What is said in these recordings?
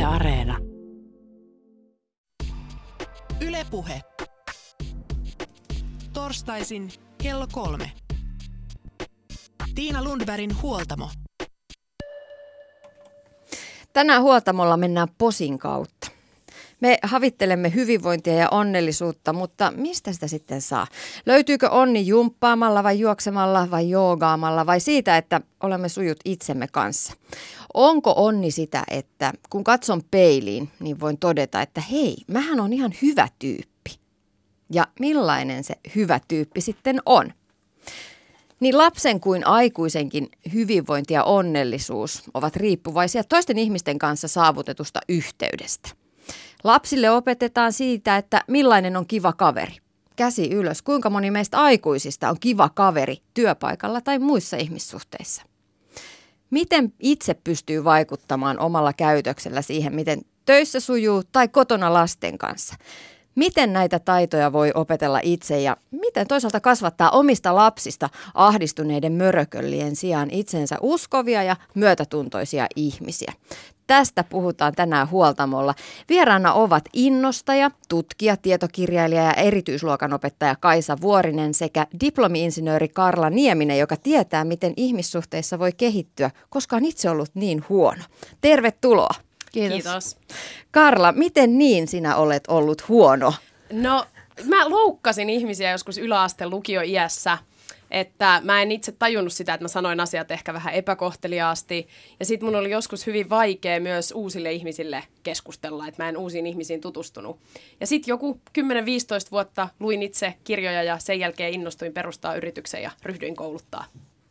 Areena. Yle Puhe. Torstaisin kello 3. Tiina Lundbergin huoltamo. Tänään huoltamolla mennään posin kautta. Me havittelemme hyvinvointia ja onnellisuutta, mutta mistä sitä sitten saa? Löytyykö onni jumppaamalla vai juoksemalla vai joogaamalla vai siitä, että olemme sujut itsemme kanssa? Onko onni sitä, että kun katson peiliin, niin voin todeta, että hei, mähän on ihan hyvä tyyppi. Ja millainen se hyvä tyyppi sitten on? Niin lapsen kuin aikuisenkin hyvinvointi ja onnellisuus ovat riippuvaisia toisten ihmisten kanssa saavutetusta yhteydestä. Lapsille opetetaan siitä, että millainen on kiva kaveri. Käsi ylös, kuinka moni meistä aikuisista on kiva kaveri työpaikalla tai muissa ihmissuhteissa. Miten itse pystyy vaikuttamaan omalla käytöksellä siihen, miten töissä sujuu tai kotona lasten kanssa? Miten näitä taitoja voi opetella itse ja miten toisaalta kasvattaa omista lapsista ahdistuneiden mörököllien sijaan itsensä uskovia ja myötätuntoisia ihmisiä? Tästä puhutaan tänään huoltamolla. Vieraana ovat innostaja, tutkija, tietokirjailija ja erityisluokanopettaja Kaisa Vuorinen sekä diplomi-insinööri Karla Nieminen, joka tietää, miten ihmissuhteissa voi kehittyä, koska on itse ollut niin huono. Tervetuloa. Kiitos. Karla, miten niin sinä olet ollut huono? No, mä loukkasin ihmisiä joskus yläasteen lukioiässä, että mä en itse tajunnut sitä, että mä sanoin asiat ehkä vähän epäkohteliaasti. Ja sit mun oli joskus hyvin vaikea myös uusille ihmisille keskustella, että mä en uusiin ihmisiin tutustunut. Ja sit joku 10-15 vuotta luin itse kirjoja ja sen jälkeen innostuin perustaa yrityksen ja ryhdyin kouluttaa.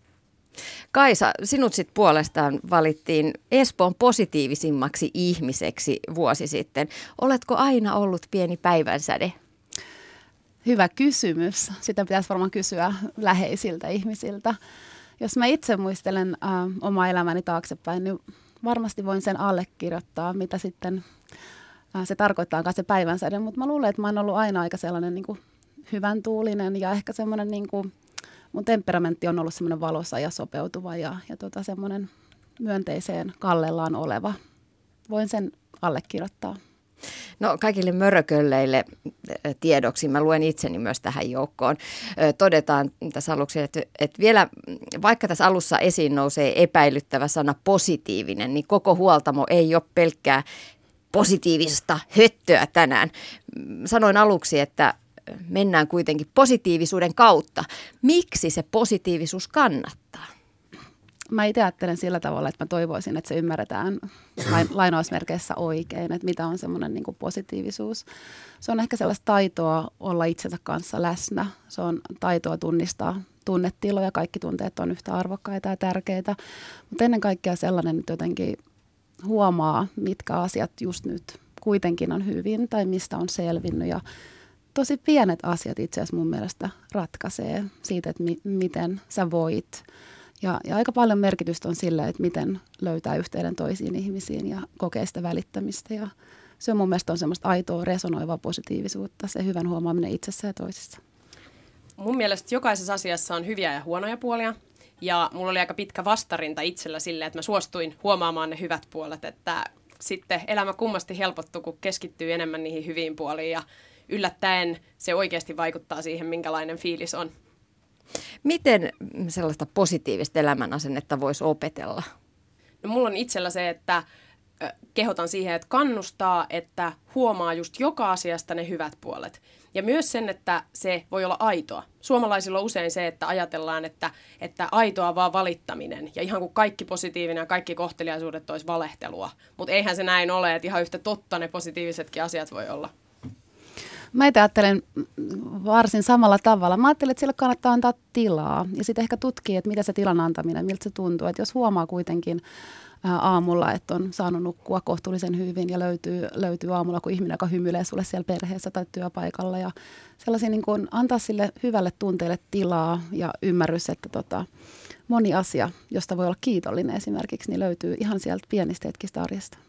Kaisa, sinut sitten puolestaan valittiin Espoon positiivisimmaksi ihmiseksi vuosi sitten. Oletko aina ollut pieni päivänsäde? Hyvä kysymys. Sitä pitäisi varmaan kysyä läheisiltä ihmisiltä. Jos mä itse muistelen omaa elämäni taaksepäin, niin varmasti voin sen allekirjoittaa, mitä sitten se tarkoittaa se päivänsäde. Mutta mä luulen, että mä oon ollut aina aika sellainen niin kuin hyvän tuulinen ja ehkä semmoinen niin kuin mun temperamentti on ollut semmoinen valoisa ja sopeutuva ja semmoinen myönteiseen kallellaan oleva. Voin sen allekirjoittaa. No kaikille mörökölleille tiedoksi, mä luen itseni myös tähän joukkoon. Todetaan tässä aluksi, että vielä vaikka tässä alussa esiin nousee epäilyttävä sana positiivinen, niin koko huoltamo ei ole pelkkää positiivista höttöä tänään. Sanoin aluksi, että mennään kuitenkin positiivisuuden kautta. Miksi se positiivisuus kannattaa? Mä itse ajattelen sillä tavalla, että mä toivoisin, että se ymmärretään lainausmerkeissä oikein, että mitä on semmoinen niin kuin positiivisuus. Se on ehkä sellaista taitoa olla itsensä kanssa läsnä. Se on taitoa tunnistaa tunnetiloja. Kaikki tunteet on yhtä arvokkaita ja tärkeitä. Mutta ennen kaikkea sellainen, että jotenkin huomaa, mitkä asiat just nyt kuitenkin on hyvin tai mistä on selvinnyt. Ja tosi pienet asiat itse asiassa mun mielestä ratkaisee siitä, että miten sä voit. Ja aika paljon merkitystä on sillä, että miten löytää yhteyden toisiin ihmisiin ja kokee sitä välittämistä. Ja se on mun mielestä on semmoista aitoa, resonoivaa positiivisuutta, se hyvän huomaaminen itsessä ja toisissa. Mun mielestä jokaisessa asiassa on hyviä ja huonoja puolia. Ja mulla oli aika pitkä vastarinta itsellä sille, että mä suostuin huomaamaan ne hyvät puolet. Että sitten elämä kummasti helpottuu, kun keskittyy enemmän niihin hyviin puoliin. Ja yllättäen se oikeasti vaikuttaa siihen, minkälainen fiilis on. Miten sellaista positiivista elämänasennetta voisi opetella? No, mulla on itsellä se, että kehotan siihen, että kannustaa, että huomaa just joka asiasta ne hyvät puolet. Ja myös sen, että se voi olla aitoa. Suomalaisilla on usein se, että ajatellaan, että aitoa vaan valittaminen. Ja ihan kuin kaikki positiivinen ja kaikki kohteliaisuudet olisi valehtelua. Mutta eihän se näin ole, että ihan yhtä totta ne positiivisetkin asiat voi olla. Mä itse ajattelen varsin samalla tavalla. Mä ajattelen, että sille kannattaa antaa tilaa ja sitten ehkä tutkia, että mitä se tilan antaminen, miltä se tuntuu. Että jos huomaa kuitenkin aamulla, että on saanut nukkua kohtuullisen hyvin ja löytyy aamulla, kun ihminen, joka hymyilee sulle siellä perheessä tai työpaikalla. Ja sellaisia niin kuin antaa sille hyvälle tunteelle tilaa ja ymmärrys, että moni asia, josta voi olla kiitollinen esimerkiksi, niin löytyy ihan sieltä pienistä hetkistä arjesta.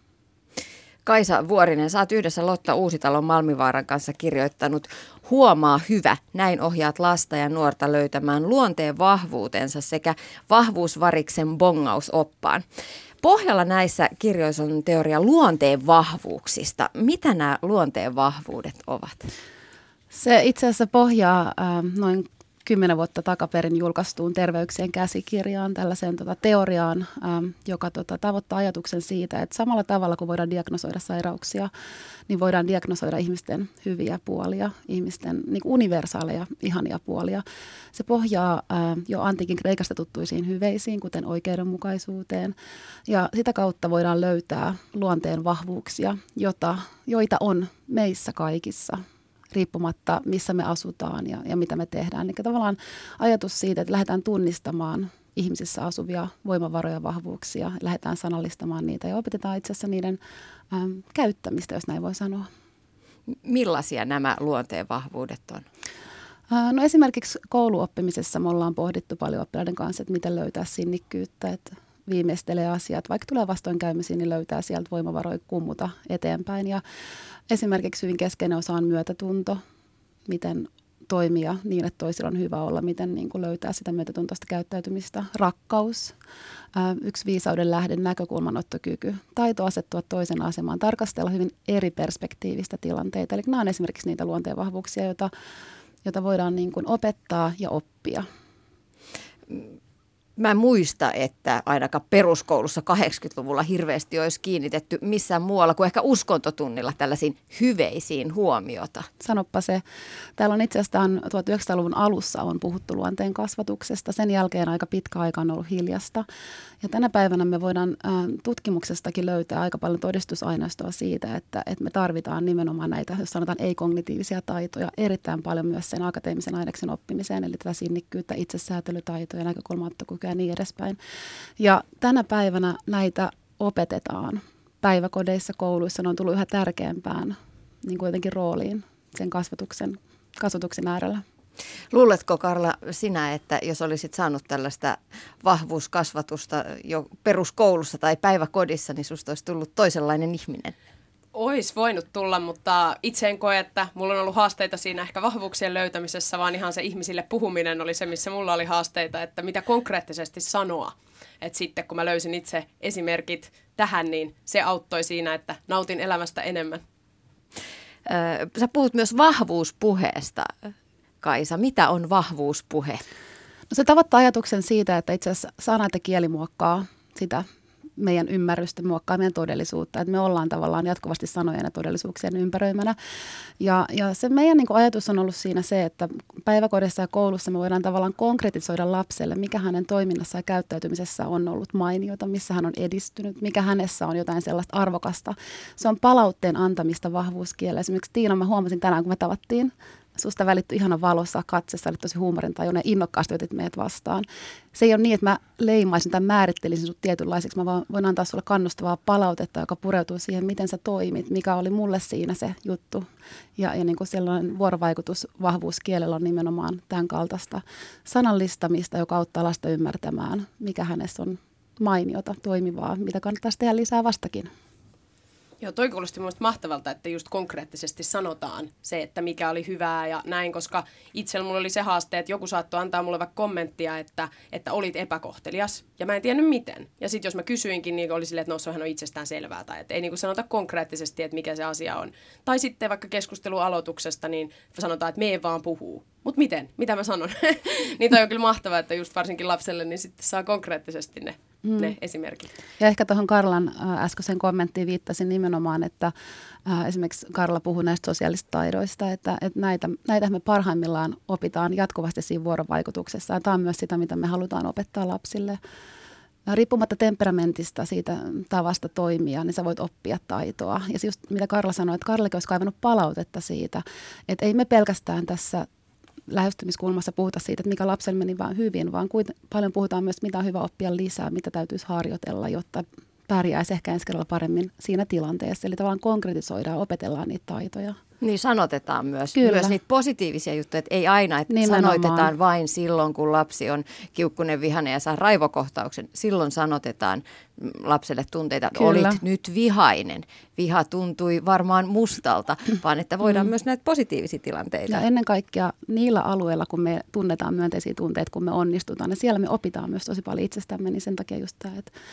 Kaisa Vuorinen, sä oot yhdessä Lotta Uusitalon Malmivaaran kanssa kirjoittanut Huomaa hyvä, näin ohjaat lasta ja nuorta löytämään luonteen vahvuutensa sekä vahvuusvariksen bongausoppaan. Pohjalla näissä kirjoissa on teoria luonteen vahvuuksista. Mitä nämä luonteen vahvuudet ovat? Se itse asiassa pohjaa noin 10 vuotta takaperin julkaistuun Terveyksien käsikirjaan, tällaiseen teoriaan, joka tavoittaa ajatuksen siitä, että samalla tavalla kuin voidaan diagnosoida sairauksia, niin voidaan diagnosoida ihmisten hyviä puolia, ihmisten niin kuin universaaleja, ihania puolia. Se pohjaa jo antiikin Kreikasta tuttuisiin hyveisiin, kuten oikeudenmukaisuuteen, ja sitä kautta voidaan löytää luonteen vahvuuksia, joita on meissä kaikissa, riippumatta missä me asutaan ja mitä me tehdään. Eli tavallaan ajatus siitä, että lähdetään tunnistamaan ihmisissä asuvia voimavaroja ja vahvuuksia, lähdetään sanallistamaan niitä ja opetetaan itse asiassa niiden käyttämistä, jos näin voi sanoa. Millaisia nämä luonteen vahvuudet on? No esimerkiksi kouluoppimisessa me ollaan pohdittu paljon oppilaiden kanssa, että miten löytää sinnikkyyttä, että viimeistelee asiat, vaikka tulee vastoinkäymisiin, niin löytää sieltä voimavaroja kummuta eteenpäin. Ja esimerkiksi hyvin keskeinen osa on myötätunto, miten toimia niin, että toisilla on hyvä olla, miten niin kuin löytää sitä myötätuntoista käyttäytymistä. Rakkaus, yksi viisauden lähde, näkökulmanottokyky, taito asettua toisen asemaan, tarkastella hyvin eri perspektiivistä tilanteita. Eli nämä on esimerkiksi niitä luonteenvahvuuksia, joita voidaan niin kuin opettaa ja oppia. Mä en muista, että ainakaan peruskoulussa 80-luvulla hirveästi olisi kiinnitetty missään muualla kuin ehkä uskontotunnilla tällaisiin hyveisiin huomiota. Sanoppa se. Täällä on itse asiassa 1900-luvun alussa on puhuttu luonteen kasvatuksesta. Sen jälkeen aika pitkä aika on ollut hiljasta. Ja tänä päivänä me voidaan tutkimuksestakin löytää aika paljon todistusaineistoa siitä, että me tarvitaan nimenomaan näitä, jos sanotaan ei-kognitiivisia taitoja, erittäin paljon myös sen akateemisen aineksen oppimiseen, eli tätä sinnikkyyttä, itsesäätelytaitoja, näkökulmaottokykyä ja niin edespäin. Ja tänä päivänä näitä opetetaan päiväkodeissa, kouluissa, ne on tullut yhä tärkeämpään niin kuin jotenkin rooliin sen kasvatuksen äärellä. Luuletko, Karla, sinä, että jos olisit saanut tällaista vahvuuskasvatusta jo peruskoulussa tai päiväkodissa, niin susta olisi tullut toisenlainen ihminen? Ois voinut tulla, mutta itse en koe, että mulla on ollut haasteita siinä ehkä vahvuuksien löytämisessä, vaan ihan se ihmisille puhuminen oli se, missä mulla oli haasteita, että mitä konkreettisesti sanoa. Et sitten kun mä löysin itse esimerkit tähän, niin se auttoi siinä, että nautin elämästä enemmän. Sä puhut myös vahvuuspuheesta, Kaisa. Mitä on vahvuuspuhe? No se tavoittaa ajatuksen siitä, että itse asiassa sanat ja kieli muokkaa sitä meidän ymmärrystä, muokkaa meidän todellisuutta. Että me ollaan tavallaan jatkuvasti sanojen ja todellisuuksien ympäröimänä. Ja se meidän niin kuin ajatus on ollut siinä se, että päiväkodissa ja koulussa me voidaan tavallaan konkretisoida lapselle, mikä hänen toiminnassa ja käyttäytymisessä on ollut mainiota, missä hän on edistynyt, mikä hänessä on jotain sellaista arvokasta. Se on palautteen antamista vahvuuskielellä. Esimerkiksi Tiina, mä huomasin tänään, kun me tavattiin, susta välittyi ihana valossa katsessa, oli tosi huumorintajuinen ja innokkaasti otit meidät vastaan. Se ei ole niin, että mä leimaisin tai määrittelisin sut tietynlaiseksi. Mä vaan voin antaa sulle kannustavaa palautetta, joka pureutuu siihen, miten sä toimit, mikä oli mulle siinä se juttu. Ja niin kuin sellainen vuorovaikutus vahvuuskielellä on nimenomaan tämän kaltaista sanallistamista, joka auttaa lasta ymmärtämään, mikä hänessä on mainiota, toimivaa, mitä kannattaisi tehdä lisää vastakin. Joo, toi kuulosti mielestäni mahtavalta, että just konkreettisesti sanotaan se, että mikä oli hyvää ja näin, koska itsellä mulla oli se haaste, että joku saattoi antaa mulle vaikka kommenttia, että olit epäkohtelias ja mä en tiennyt miten. Ja sitten jos mä kysyinkin, niin oli silleen, että no sehän on itsestään selvää tai että ei niin kuin sanota konkreettisesti, että mikä se asia on. Tai sitten vaikka keskustelun aloituksesta, niin sanotaan, että mee vaan puhuu. Mutta miten? Mitä mä sanon? Niin toi on kyllä mahtavaa, että just varsinkin lapselle niin sitten saa konkreettisesti ne esimerkit. Ja ehkä tuohon Karlan äskeiseen kommenttiin viittasin nimenomaan, että esimerkiksi Karla puhui näistä sosiaalisista taidoista, että näitä me parhaimmillaan opitaan jatkuvasti siinä vuorovaikutuksessa. Ja tämä on myös sitä, mitä me halutaan opettaa lapsille. Riippumatta temperamentista, siitä tavasta toimia, niin sä voit oppia taitoa. Ja just mitä Karla sanoi, että Karlakin olisi kaivannut palautetta siitä, että ei me pelkästään tässä lähestymiskulmassa puhuta siitä, että mikä lapsella meni vaan hyvin, vaan paljon puhutaan myös, mitä on hyvä oppia lisää, mitä täytyisi harjoitella, jotta pärjäisi ehkä ensi kerralla paremmin siinä tilanteessa. Eli tavallaan konkretisoidaan, opetellaan niitä taitoja. Niin sanotetaan myös niitä positiivisia juttuja, että ei aina, että nimenomaan sanotetaan vain silloin, kun lapsi on kiukkunen, vihainen ja saa raivokohtauksen. Silloin sanotetaan lapselle tunteita, että olit nyt vihainen. Viha tuntui varmaan mustalta, vaan että voidaan myös näitä positiivisia tilanteita. Ja ennen kaikkea niillä alueilla, kun me tunnetaan myönteisiä tunteita, kun me onnistutaan, ja siellä me opitaan myös tosi paljon itsestämme, niin sen takia just tämä, että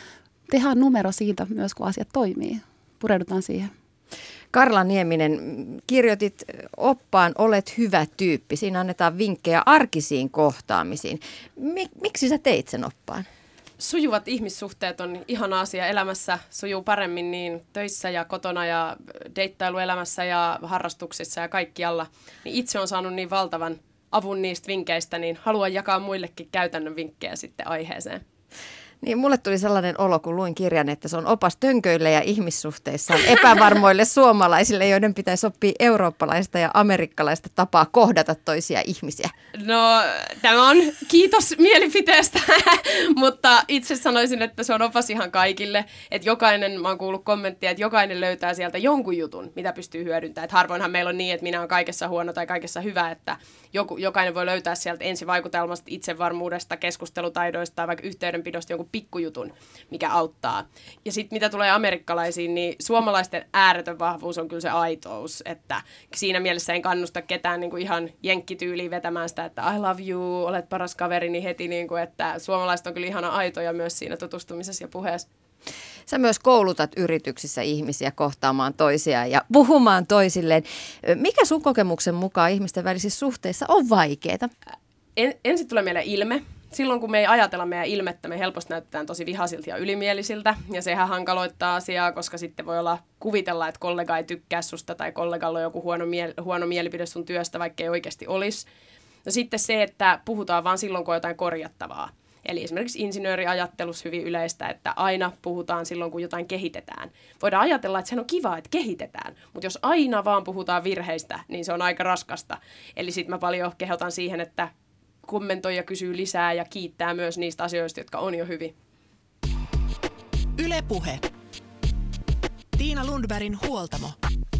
tehdään numero siitä myös, kun asiat toimii. Pureudutaan siihen. Karla Nieminen, kirjoitit oppaan Olet hyvä tyyppi. Siinä annetaan vinkkejä arkisiin kohtaamisiin. Miksi sä teit sen oppaan? Sujuvat ihmissuhteet on ihana asia elämässä. Sujuu paremmin niin töissä ja kotona ja deittailuelämässä ja harrastuksissa ja kaikkialla. Niin itse on saanut niin valtavan avun niistä vinkkeistä, niin haluan jakaa muillekin käytännön vinkkejä sitten aiheeseen. Niin, mulle tuli sellainen olo, kun luin kirjan, että se on opas tönköille ja ihmissuhteissaan epävarmoille suomalaisille, joiden pitäisi oppia eurooppalaista ja amerikkalaista tapaa kohdata toisia ihmisiä. No, tämä on kiitos mielipiteestä, mutta itse sanoisin, että se on opas ihan kaikille. Että jokainen, mä oon kuullut kommenttia, että jokainen löytää sieltä jonkun jutun, mitä pystyy hyödyntämään. Että harvoinhan meillä on niin, että minä olen kaikessa huono tai kaikessa hyvä, että jokainen voi löytää sieltä ensivaikutelmasta, itsevarmuudesta, keskustelutaidoista tai vaikka yhteydenpidosta jonkun pikkujutun, mikä auttaa. Ja sitten mitä tulee amerikkalaisiin, niin suomalaisten ääretön vahvuus on kyllä se aitous, että siinä mielessä en kannusta ketään niin kuin ihan jenkkityyliin vetämään sitä, että I love you, olet paras kaveri, niin heti, niin kuin, että suomalaiset on kyllä ihana aitoja myös siinä tutustumisessa ja puheessa. Sä myös koulutat yrityksissä ihmisiä kohtaamaan toisiaan ja puhumaan toisilleen. Mikä sun kokemuksen mukaan ihmisten välisissä suhteissa on vaikeaa? Ensin tulee meille ilme. Silloin kun me ei ajatella meidän ilmettä, me helposti näytetään tosi vihaisilta ja ylimielisiltä. Ja sehän hankaloittaa asiaa, koska sitten voi olla kuvitella, että kollega ei tykkää susta tai kollegalla on joku huono mielipide sun työstä, vaikka ei oikeasti olisi. No sitten se, että puhutaan vaan silloin, kun on jotain korjattavaa. Eli esimerkiksi insinööriajattelussa hyvin yleistä, että aina puhutaan silloin, kun jotain kehitetään. Voidaan ajatella, että se on kiva, että kehitetään, mutta jos aina vaan puhutaan virheistä, niin se on aika raskasta. Eli sitten mä paljon kehotan siihen, että kommentoi ja kysyy lisää ja kiittää myös niistä asioista, jotka on jo hyvin. Yle Puhe. Tiina Lundbergin huoltamo.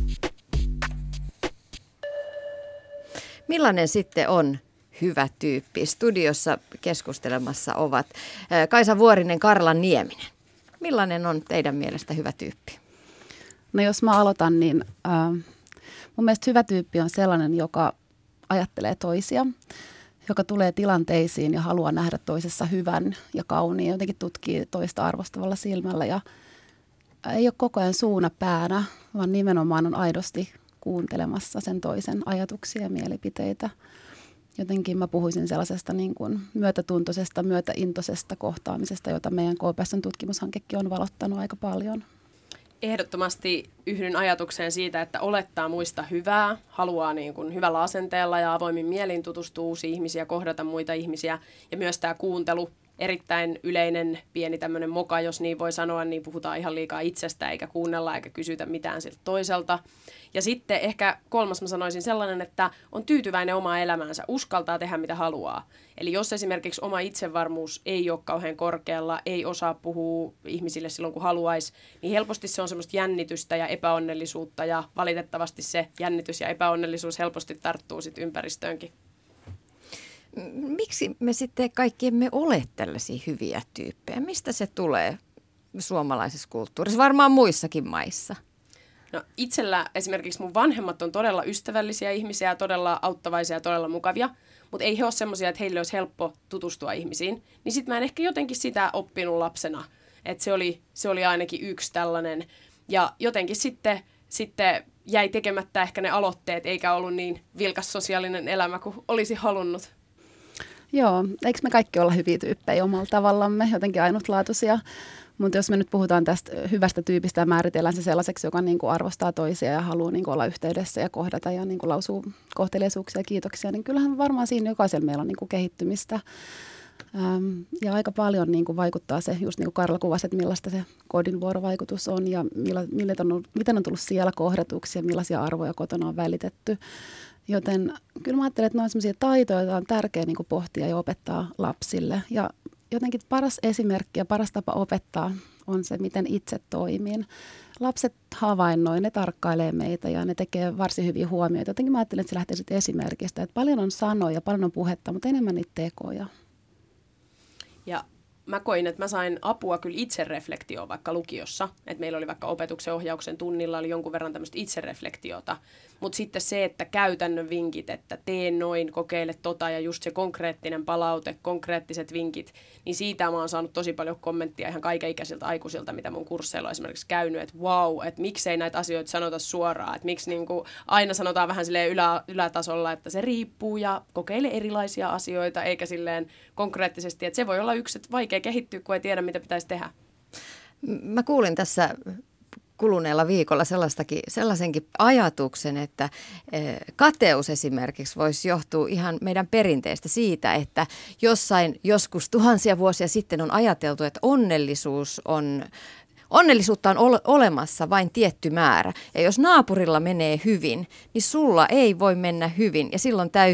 Millainen sitten on hyvä tyyppi? Studiossa keskustelemassa ovat Kaisa Vuorinen, Karla Nieminen. Millainen on teidän mielestä hyvä tyyppi? No jos mä aloitan, niin mun mielestä hyvä tyyppi on sellainen, joka ajattelee toisia, joka tulee tilanteisiin ja haluaa nähdä toisessa hyvän ja kauniin, jotenkin tutkii toista arvostavalla silmällä ja ei ole koko ajan suuna päänä, vaan nimenomaan on aidosti kuuntelemassa sen toisen ajatuksia ja mielipiteitä. Jotenkin mä puhuisin sellaisesta niin kuin myötätuntoisesta, myötäintoisesta kohtaamisesta, jota meidän KPS:n tutkimushankekin on valottanut aika paljon. Ehdottomasti yhdyn ajatukseen siitä, että olettaa muista hyvää, haluaa niin kuin hyvällä asenteella ja avoimin mielin tutustua uusiin ihmisiä, kohdata muita ihmisiä. Ja myös tämä kuuntelu, erittäin yleinen pieni tämmöinen moka, jos niin voi sanoa, niin puhutaan ihan liikaa itsestä eikä kuunnella eikä kysytä mitään siltä toiselta. Ja sitten ehkä kolmas mä sanoisin sellainen, että on tyytyväinen omaan elämäänsä, uskaltaa tehdä mitä haluaa. Eli jos esimerkiksi oma itsevarmuus ei ole kauhean korkealla, ei osaa puhua ihmisille silloin kun haluaisi, niin helposti se on semmoista jännitystä ja epäonnellisuutta ja valitettavasti se jännitys ja epäonnellisuus helposti tarttuu sitten ympäristöönkin. Miksi me sitten kaikki emme ole tällaisia hyviä tyyppejä? Mistä se tulee suomalaisessa kulttuurissa, varmaan muissakin maissa? No itsellä esimerkiksi mun vanhemmat on todella ystävällisiä ihmisiä, todella auttavaisia ja todella mukavia, mutta ei he ole semmoisia, että heille olisi helppo tutustua ihmisiin. Niin sit mä en ehkä jotenkin sitä oppinut lapsena, että se oli ainakin yksi tällainen. Ja jotenkin sitten jäi tekemättä ehkä ne aloitteet, eikä ollut niin vilkas sosiaalinen elämä kuin olisi halunnut. Joo, eikö me kaikki olla hyviä tyyppejä omalla tavallamme, jotenkin ainutlaatuisia. Mutta jos me nyt puhutaan tästä hyvästä tyypistä ja määritellään se sellaiseksi, joka niin kuin arvostaa toisia ja haluaa niin kuin olla yhteydessä ja kohdata ja niin kuin lausuu kohteliaisuuksia ja kiitoksia, niin kyllähän varmaan siinä jokaisella meillä on niin kuin kehittymistä. Ja aika paljon niin kuin vaikuttaa se, just niin kuin Karla kuvasi, että millaista se kodin vuorovaikutus on ja miten on tullut siellä kohdatuksi ja millaisia arvoja kotona on välitetty. Joten kyllä mä ajattelen, että ne on sellaisia taitoja, joita on tärkeää niin kuin pohtia ja opettaa lapsille. Ja jotenkin paras esimerkki ja paras tapa opettaa on se, miten itse toimin. Lapset havainnoi, ne tarkkailee meitä ja ne tekee varsin hyviä huomioita. Jotenkin mä ajattelen, että se lähtee sitten esimerkistä, että paljon on sanoja, paljon on puhetta, mutta enemmän niitä tekoja. Ja mä koin, että mä sain apua kyllä itsereflektioon vaikka lukiossa. Että meillä oli vaikka opetuksen ohjauksen tunnilla oli jonkun verran tämmöistä itsereflektiota. Mutta sitten se, että käytännön vinkit, että tee noin, kokeile tota ja just se konkreettinen palaute, konkreettiset vinkit, niin siitä mä oon saanut tosi paljon kommenttia ihan kaikenikäisiltä aikuisilta, mitä mun kursseilla on esimerkiksi käynyt, että wow, että miksei näitä asioita sanota suoraan, että miksi niinku aina sanotaan vähän silleen ylätasolla, että se riippuu ja kokeile erilaisia asioita, eikä silleen konkreettisesti, että se voi olla yksi, että vaikea kehittyä, kun ei tiedä, mitä pitäisi tehdä. Mä kuulin tässä kuluneella viikolla sellaisenkin ajatuksen, että kateus esimerkiksi voisi johtua ihan meidän perinteestä siitä, että joskus tuhansia vuosia sitten on ajateltu, että onnellisuutta on olemassa vain tietty määrä. Ja jos naapurilla menee hyvin, niin sulla ei voi mennä hyvin. Ja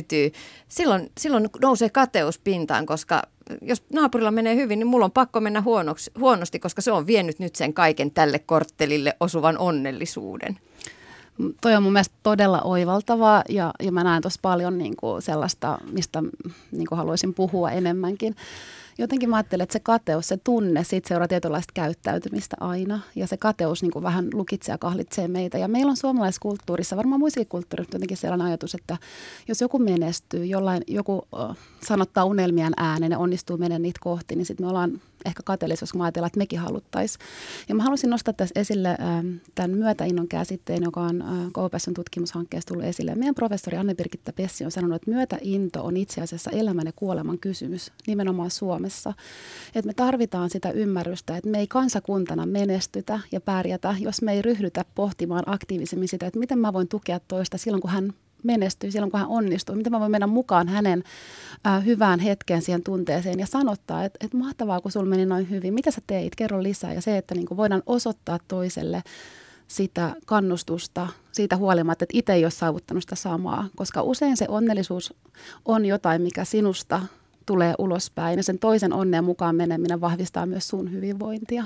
silloin nousee kateus pintaan, koska jos naapurilla menee hyvin, niin mulla on pakko mennä huonosti, koska se on vienyt nyt sen kaiken tälle korttelille osuvan onnellisuuden. Toi on mun mielestä todella oivaltavaa ja mä näen tuossa paljon niin kuin sellaista, mistä niin kuin haluaisin puhua enemmänkin. Jotenkin mä ajattelen, että se kateus, se tunne, siitä seuraa tietynlaista käyttäytymistä aina. Ja se kateus niin kuin vähän lukitsee ja kahlitsee meitä. Ja meillä on suomalaisessa kulttuurissa, varmaan muissakin kulttuurissa jotenkin sellainen ajatus, että jos joku menestyy, joku sanottaa unelmiaan ääneen ja onnistuu menemään niitä kohti, niin sitten me ollaan ehkä kateellisia, koska mä ajatellaan, että mekin haluttaisiin. Ja mä halusin nostaa tässä esille tämän myötäinnon käsitteen, joka on KPS:n tutkimushankkeessa tullut esille. Meidän professori Anne-Birgitta Pessi on sanonut, että myötäinto on itse asiassa elämän ja kuoleman kysymys, nimenomaan Suomessa. Että me tarvitaan sitä ymmärrystä, että me ei kansakuntana menestytä ja pärjätä, jos me ei ryhdytä pohtimaan aktiivisemmin sitä, että miten mä voin tukea toista silloin, kun hän menestyy, silloin kun hän onnistuu, miten mä voin mennä mukaan hänen hyvään hetkeen siihen tunteeseen ja sanottaa, että mahtavaa, kun sulla meni noin hyvin, mitä sä teit, kerro lisää. Ja se, että niin kuin voidaan osoittaa toiselle sitä kannustusta siitä huolimatta, että itse ei ole saavuttanut sitä samaa, koska usein se onnellisuus on jotain, mikä sinusta tulee ulospäin ja sen toisen onneen mukaan meneminen vahvistaa myös sun hyvinvointia.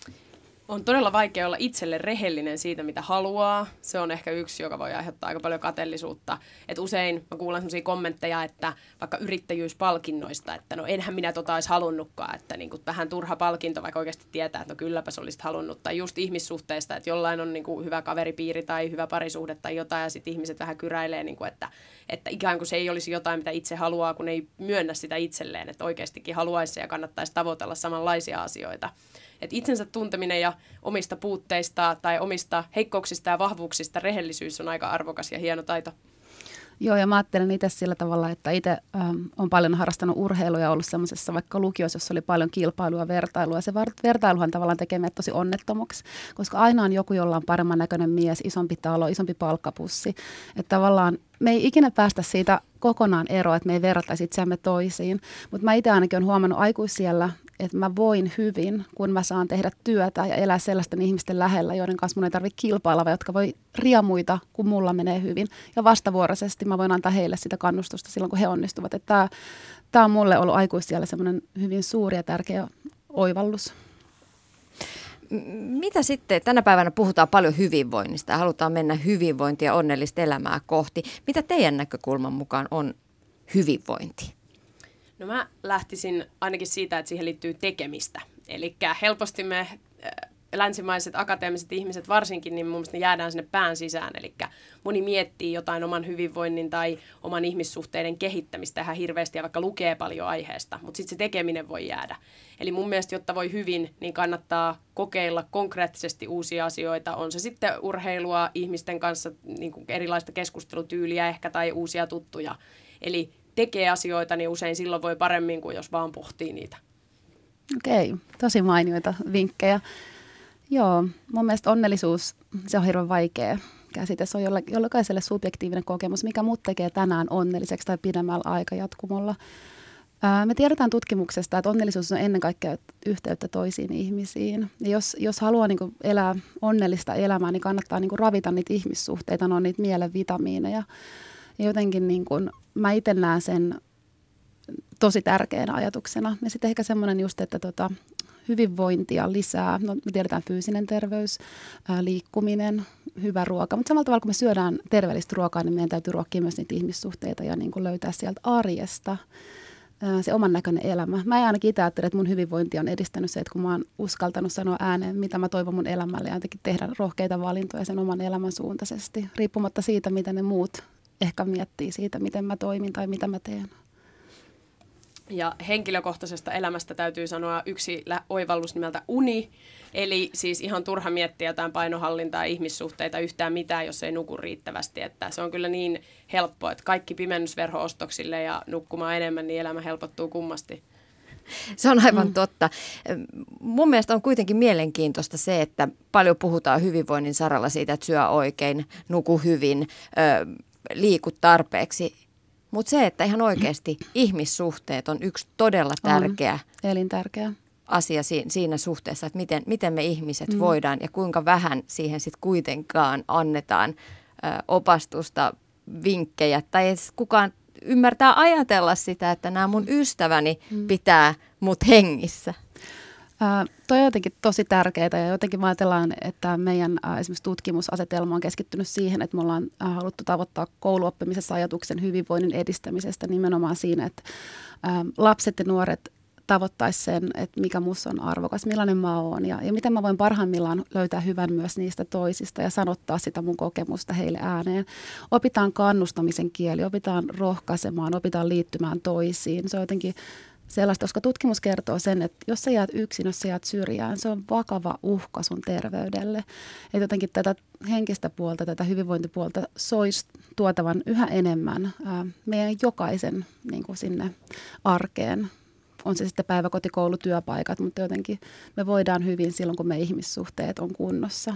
On todella vaikea olla itselle rehellinen siitä, mitä haluaa. Se on ehkä yksi, joka voi aiheuttaa aika paljon kateellisuutta. Et usein mä kuulen sellaisia kommentteja, että vaikka yrittäjyyspalkinnoista, että no enhän minä tota olisi halunnutkaan, että niinku vähän turha palkinto, vaikka oikeasti tietää, että no kylläpä se olisit halunnut. Tai just ihmissuhteista, että jollain on niinku hyvä kaveripiiri tai hyvä parisuhde tai jotain, ja sitten ihmiset vähän kyräilee, niinku, että ikään kuin se ei olisi jotain, mitä itse haluaa, kun ei myönnä sitä itselleen, että oikeastikin haluaisi ja kannattaisi tavoitella samanlaisia asioita. Että itsensä tunteminen ja omista puutteista tai omista heikkouksista ja vahvuuksista rehellisyys on aika arvokas ja hieno taito. Joo, ja mä ajattelen itse sillä tavalla, että itse olen paljon harrastanut urheilua ja ollut semmoisessa vaikka lukiossa, jossa oli paljon kilpailua ja vertailua. Se vertailuhan tavallaan tekee meidät tosi onnettomaksi, koska aina on joku, jolla on paremman näköinen mies, isompi talo, isompi palkkapussi. Että tavallaan me ei ikinä päästä siitä kokonaan eroon, että me ei verrattaisi itseämme toisiin. Mutta mä itse ainakin olen huomannut aikuisiellä, että mä voin hyvin, kun mä saan tehdä työtä ja elää sellaisten ihmisten lähellä, joiden kanssa mun ei tarvitse kilpailla, vai jotka voi riemuita, kun mulla menee hyvin. Ja vastavuoroisesti mä voin antaa heille sitä kannustusta silloin, kun he onnistuvat. Tämä on mulle ollut aikuisiellä semmoinen hyvin suuri ja tärkeä oivallus. Mitä sitten, tänä päivänä puhutaan paljon hyvinvoinnista ja halutaan mennä hyvinvointia ja onnellista elämää kohti. Mitä teidän näkökulman mukaan on hyvinvointi? No mä lähtisin ainakin siitä, että siihen liittyy tekemistä. Eli helposti me länsimaiset akateemiset ihmiset varsinkin, niin mun mielestä ne jäädään sinne pään sisään. Eli moni miettii jotain oman hyvinvoinnin tai oman ihmissuhteiden kehittämistä ihan hirveästi ja vaikka lukee paljon aiheesta, mutta sitten se tekeminen voi jäädä. Eli mun mielestä, jotta voi hyvin, niin kannattaa kokeilla konkreettisesti uusia asioita. On se sitten urheilua ihmisten kanssa, niin kuin erilaista keskustelutyyliä ehkä tai uusia tuttuja. Eli tekee asioita, niin usein silloin voi paremmin kuin jos vaan pohtii niitä. Okei, tosi mainioita vinkkejä. Joo, mun mielestä onnellisuus, se on hirveän vaikea käsite. Se on jokaiselle subjektiivinen kokemus, mikä mut tekee tänään onnelliseksi tai pidemmällä aikajatkumolla. Me tiedetään tutkimuksesta, että onnellisuus on ennen kaikkea yhteyttä toisiin ihmisiin. Ja jos haluaa niin kuin elää onnellista elämää, niin kannattaa niin kuin ravita niitä ihmissuhteita, ne on niitä mielen vitamiineja. Ja jotenkin niin kuin, mä itse näen sen tosi tärkeänä ajatuksena. Ja sitten ehkä semmoinen just, että hyvinvointia lisää. No, me tiedetään fyysinen terveys, liikkuminen, hyvä ruoka. Mutta samalla tavalla, kun me syödään terveellistä ruokaa, niin meidän täytyy ruokkia myös niitä ihmissuhteita ja niin kuin löytää sieltä arjesta se oman näköinen elämä. Mä ainakin itse ajattelen, että mun hyvinvointi on edistänyt se, että kun mä oon uskaltanut sanoa ääneen, mitä mä toivon mun elämälle ja jotenkin tehdä rohkeita valintoja sen oman elämän suuntaisesti, riippumatta siitä, mitä ne muut ehkä miettii siitä, miten mä toimin tai mitä mä teen. Ja henkilökohtaisesta elämästä täytyy sanoa yksi oivallus nimeltä uni. Eli siis ihan turha miettiä jotain painohallintaa, ihmissuhteita, yhtään mitään, jos ei nuku riittävästi. Että se on kyllä niin helppoa, että kaikki pimennysverho-ostoksille ja nukkumaan enemmän, niin elämä helpottuu kummasti. Se on aivan totta. Mun mielestä on kuitenkin mielenkiintoista se, että paljon puhutaan hyvinvoinnin saralla siitä, että syö oikein, nuku hyvin, liiku tarpeeksi. Mutta se, että ihan oikeasti ihmissuhteet on yksi todella tärkeä elintärkeä asia siinä suhteessa, että miten me ihmiset voidaan ja kuinka vähän siihen sitten kuitenkaan annetaan opastusta, vinkkejä tai edes kukaan ymmärtää ajatella sitä, että nämä mun ystäväni pitää mut hengissä. Toi on jotenkin tosi tärkeää ja jotenkin ajatellaan, että meidän esimerkiksi tutkimusasetelma on keskittynyt siihen, että me ollaan haluttu tavoittaa kouluoppimisessa ajatuksen hyvinvoinnin edistämisestä nimenomaan siinä, että lapset ja nuoret tavoittaisi sen, että mikä musta on arvokas, millainen mä oon ja miten mä voin parhaimmillaan löytää hyvän myös niistä toisista ja sanottaa sitä mun kokemusta heille ääneen. Opitaan kannustamisen kieli, opitaan rohkaisemaan, opitaan liittymään toisiin. Se on jotenkin sellaista, koska tutkimus kertoo sen, että jos sä jäät yksin, jos sä jäät syrjään, se on vakava uhka sun terveydelle. Että jotenkin tätä henkistä puolta, tätä hyvinvointipuolta soisi tuotavan yhä enemmän meidän jokaisen niin kuin sinne arkeen. On se sitten päiväkoti, koulu, työpaikat, mutta jotenkin me voidaan hyvin silloin, kun me ihmissuhteet on kunnossa.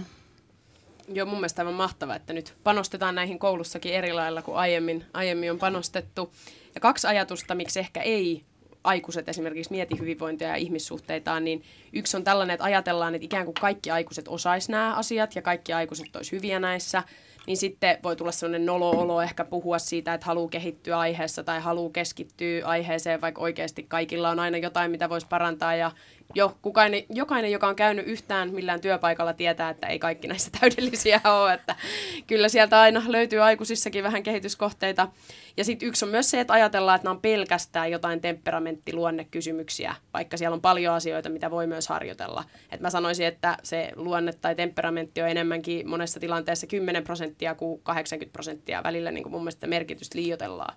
Joo, mun mielestä aivan mahtavaa, että nyt panostetaan näihin koulussakin eri lailla kuin aiemmin on panostettu. Ja 2 ajatusta, miksi ehkä ei aikuiset esimerkiksi mieti hyvinvointia ja ihmissuhteitaan, niin yksi on tällainen, että ajatellaan, että ikään kuin kaikki aikuiset osaisi nämä asiat ja kaikki aikuiset olisi hyviä näissä, niin sitten voi tulla sellainen nolo-olo ehkä puhua siitä, että haluaa kehittyä aiheessa tai haluaa keskittyä aiheeseen, vaikka oikeasti kaikilla on aina jotain, mitä voisi parantaa ja jokainen, joka on käynyt yhtään millään työpaikalla, tietää, että ei kaikki näistä täydellisiä ole, että kyllä sieltä aina löytyy aikuisissakin vähän kehityskohteita. Ja sitten yksi on myös se, että ajatellaan, että nämä on pelkästään jotain temperamenttiluonnekysymyksiä, vaikka siellä on paljon asioita, mitä voi myös harjoitella. Et mä sanoisin, että se luonne tai temperamentti on enemmänkin monessa tilanteessa 10% kuin 80% välillä, niin kuin mun mielestä merkitystä liioitellaan.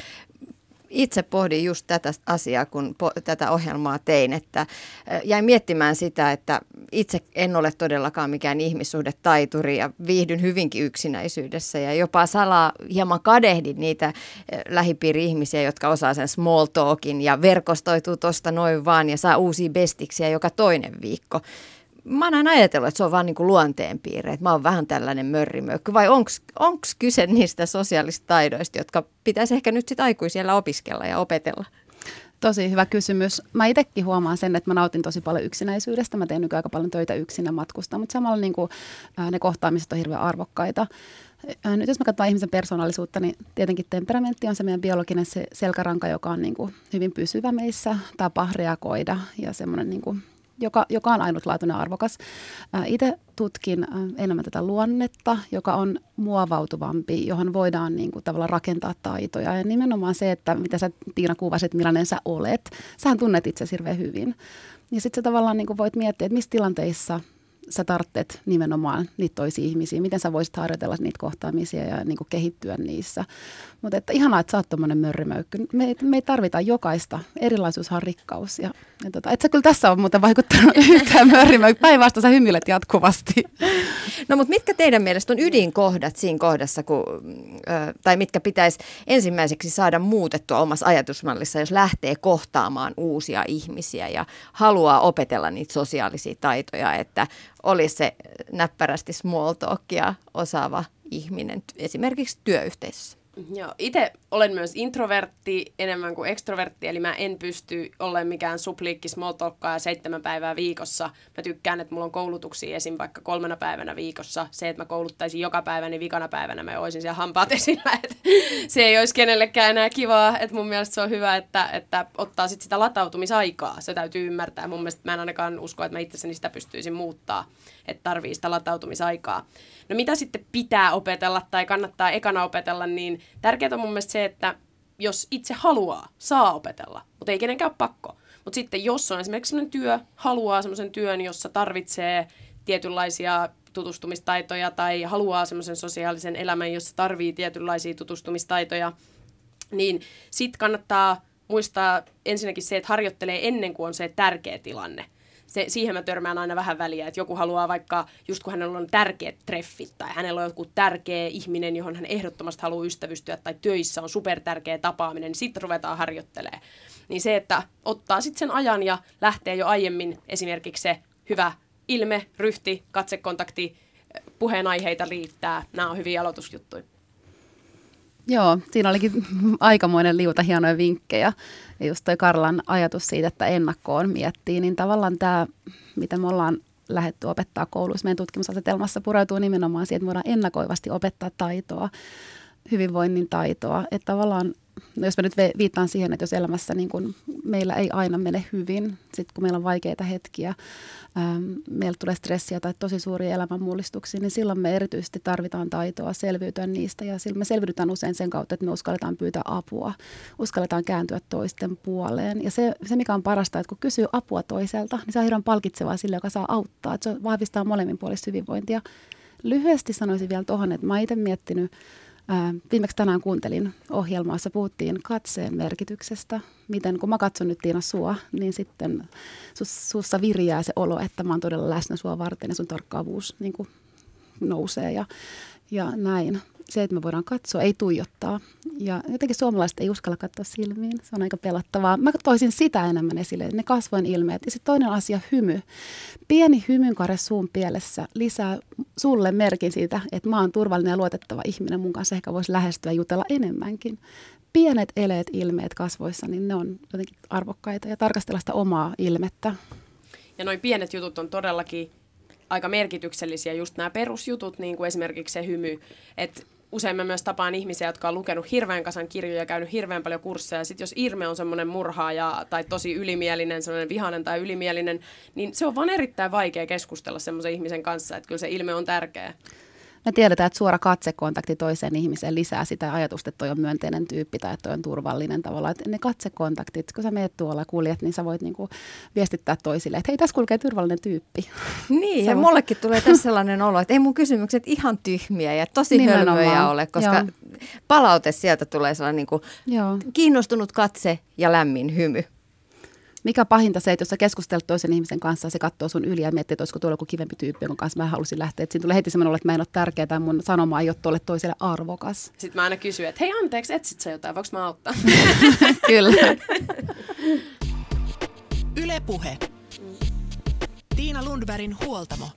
Itse pohdin just tätä asiaa, kun tätä ohjelmaa tein, että jäin miettimään sitä, että itse en ole todellakaan mikään ihmissuhdetaituri ja viihdyn hyvinkin yksinäisyydessä ja jopa salaa hieman kadehdin niitä lähipiiri-ihmisiä, jotka osaa sen small talkin ja verkostoituu tuosta noin vaan ja saa uusia bestiksiä joka toinen viikko. Mä oon aina ajatellut, että se on vaan niin kuin luonteenpiirre, että mä oon vähän tällainen mörrimöykky, vai onko kyse niistä sosiaalista taidoista, jotka pitäisi ehkä nyt sitten aikuisilla opiskella ja opetella? Tosi hyvä kysymys. Mä itsekin huomaan sen, että mä nautin tosi paljon yksinäisyydestä. Mä teen nykyään aika paljon töitä yksin ja matkustan, mutta samalla niin kuin, ne kohtaamiset on hirveän arvokkaita. Nyt jos me katsotaan ihmisen persoonallisuutta, niin tietenkin temperamentti on se meidän biologinen selkäranka, joka on niin kuin hyvin pysyvä meissä, tapa reagoida ja semmoinen niin kuin joka on ainutlaatuinen arvokas. Itse tutkin enemmän tätä luonnetta, joka on muovautuvampi, johon voidaan niin kuin tavallaan rakentaa taitoja. Ja nimenomaan se, että mitä sä Tiina kuvasit, millainen sä olet, sähän tunnet itse hirveän hyvin. Ja sitten sä tavallaan niin kuin voit miettiä, että missä tilanteissa sä tarvitset nimenomaan niitä toisia ihmisiä, miten sä voisit harjoitella niitä kohtaamisia ja niin kuin kehittyä niissä. Mutta että ihanaa, että sä oot tommonen mörrimöykky. Me ei tarvita jokaista. Erilaisuushan on rikkaus. Et sä kyllä tässä on muuten vaikuttanut yhtään mörrimöykky. Päinvastoin sä hymyilet jatkuvasti. No mutta mitkä teidän mielestä on ydinkohdat siinä kohdassa, tai mitkä pitäisi ensimmäiseksi saada muutettua omassa ajatusmallissa, jos lähtee kohtaamaan uusia ihmisiä ja haluaa opetella niitä sosiaalisia taitoja, että olisi se näppärästi small talkia osaava ihminen esimerkiksi työyhteisössä? Joo, itse olen myös introvertti enemmän kuin ekstrovertti, eli mä en pysty olemaan mikään supliikki small talkkaa 7 päivää viikossa. Mä tykkään, että mulla on koulutuksia esim. Vaikka 3 päivänä viikossa. Se, että mä kouluttaisin joka päivä, niin vikana päivänä mä olisin siellä hampaat esillä. Että se ei olisi kenellekään enää kivaa. Että mun mielestä se on hyvä, että ottaa sit sitä latautumisaikaa. Se täytyy ymmärtää. Mun mielestä mä en ainakaan usko, että mä itsessäni sitä pystyisin muuttaa, että tarvii sitä latautumisaikaa. No mitä sitten pitää opetella tai kannattaa ekana opetella, niin tärkeää on mun mielestä se, että jos itse haluaa, saa opetella, mutta ei kenenkään ole pakko. Mutta sitten jos on esimerkiksi sellainen työ, haluaa semmoisen työn, jossa tarvitsee tietynlaisia tutustumistaitoja tai haluaa semmoisen sosiaalisen elämän, jossa tarvii tietynlaisia tutustumistaitoja, niin sitten kannattaa muistaa ensinnäkin se, että harjoittelee ennen kuin on se tärkeä tilanne. Siihen mä törmään aina vähän väliä, että joku haluaa vaikka, just kun hänellä on tärkeät treffit tai hänellä on joku tärkeä ihminen, johon hän ehdottomasti haluaa ystävystyä tai töissä on supertärkeä tapaaminen, niin sitten ruvetaan harjoittelemaan. Niin se, että ottaa sitten sen ajan ja lähtee jo aiemmin esimerkiksi se hyvä ilme, ryhti, katsekontakti, puheenaiheita riittää. Nämä on hyviä aloitusjuttuja. Joo, siinä olikin aikamoinen liuta hienoja vinkkejä. Ja just toi Karlan ajatus siitä, että ennakkoon miettii, niin tavallaan tämä, mitä me ollaan lähdetty opettaa koulussa meidän tutkimusasetelmassa, pureutuu nimenomaan siihen, että me voidaan ennakoivasti opettaa taitoa, hyvinvoinnin taitoa. Että tavallaan, jos mä nyt viittaan siihen, että jos elämässä niin kun meillä ei aina mene hyvin, sitten kun meillä on vaikeita hetkiä, meillä tulee stressiä tai tosi suuria elämänmullistuksia, niin silloin me erityisesti tarvitaan taitoa selviytyä niistä. Ja silloin me selviydytään usein sen kautta, että me uskalletaan pyytää apua, uskalletaan kääntyä toisten puoleen. Ja se mikä on parasta, että kun kysyy apua toiselta, niin se on hirveän palkitsevaa sille, joka saa auttaa. Että se vahvistaa molemminpuolista hyvinvointia. Lyhyesti sanoisin vielä tuohon, että mä oon itse miettinyt, viimeksi tänään kuuntelin ohjelmaa, jossa puhuttiin katseen merkityksestä. Miten, kun mä katson nyt Tiina sua, niin sitten sussa viriää se olo, että mä oon todella läsnä sua varten ja sun tarkkaavuus niin kuin nousee ja näin. Se, että me voidaan katsoa, ei tuijottaa. Ja jotenkin suomalaiset ei uskalla katsoa silmiin. Se on aika pelottavaa. Mä toisin sitä enemmän esille, ne kasvojen ilmeet. Ja sitten toinen asia, hymy. Pieni hymynkare suun pielessä lisää sulle merkin siitä, että mä oon turvallinen ja luotettava ihminen. Mun kanssa ehkä voisi lähestyä ja jutella enemmänkin. Pienet eleet, ilmeet kasvoissa, niin ne on jotenkin arvokkaita. Ja tarkastella sitä omaa ilmettä. Ja noi pienet jutut on todellakin aika merkityksellisiä, just nämä perusjutut, niin kuin esimerkiksi se hymy. Että usein mä myös tapaan ihmisiä, jotka on lukenut hirveän kasan kirjoja ja käynyt hirveän paljon kursseja. Sitten jos ilme on semmoinen murhaaja tai tosi ylimielinen, semmoinen vihainen tai ylimielinen, niin se on vaan erittäin vaikea keskustella semmoisen ihmisen kanssa, että kyllä se ilme on tärkeä. Me tiedetään, että suora katsekontakti toiseen ihmiseen lisää sitä ajatusta, että toi on myönteinen tyyppi tai että toi on turvallinen tavalla. Että ne katsekontaktit, kun sä meet tuolla kuljet, niin sä voit niinku viestittää toisille, että hei, tässä kulkee turvallinen tyyppi. Niin, ja mullekin tulee tässä sellainen olo, että ei mun kysymykset ihan tyhmiä ja tosi hölmöjä ole, koska palaute sieltä tulee sellainen niinku kiinnostunut katse ja lämmin hymy. Mikä pahinta se, että jos sä keskustelet toisen ihmisen kanssa, se katsoo sun yli ja miettii, että olisiko tuolla joku kivempi tyyppi, jonka kanssa mä halusin lähteä. Että siinä tulee heti semmoinen olo, että mä en ole tärkeä tai mun sanoma ei ole tuolle toiselle arvokas. Sitten mä aina kysyn, että hei anteeksi, etsit sä jotain, voinko mä auttaa? Kyllä. Yle Puhe. Tiina Lundbergin huoltamo.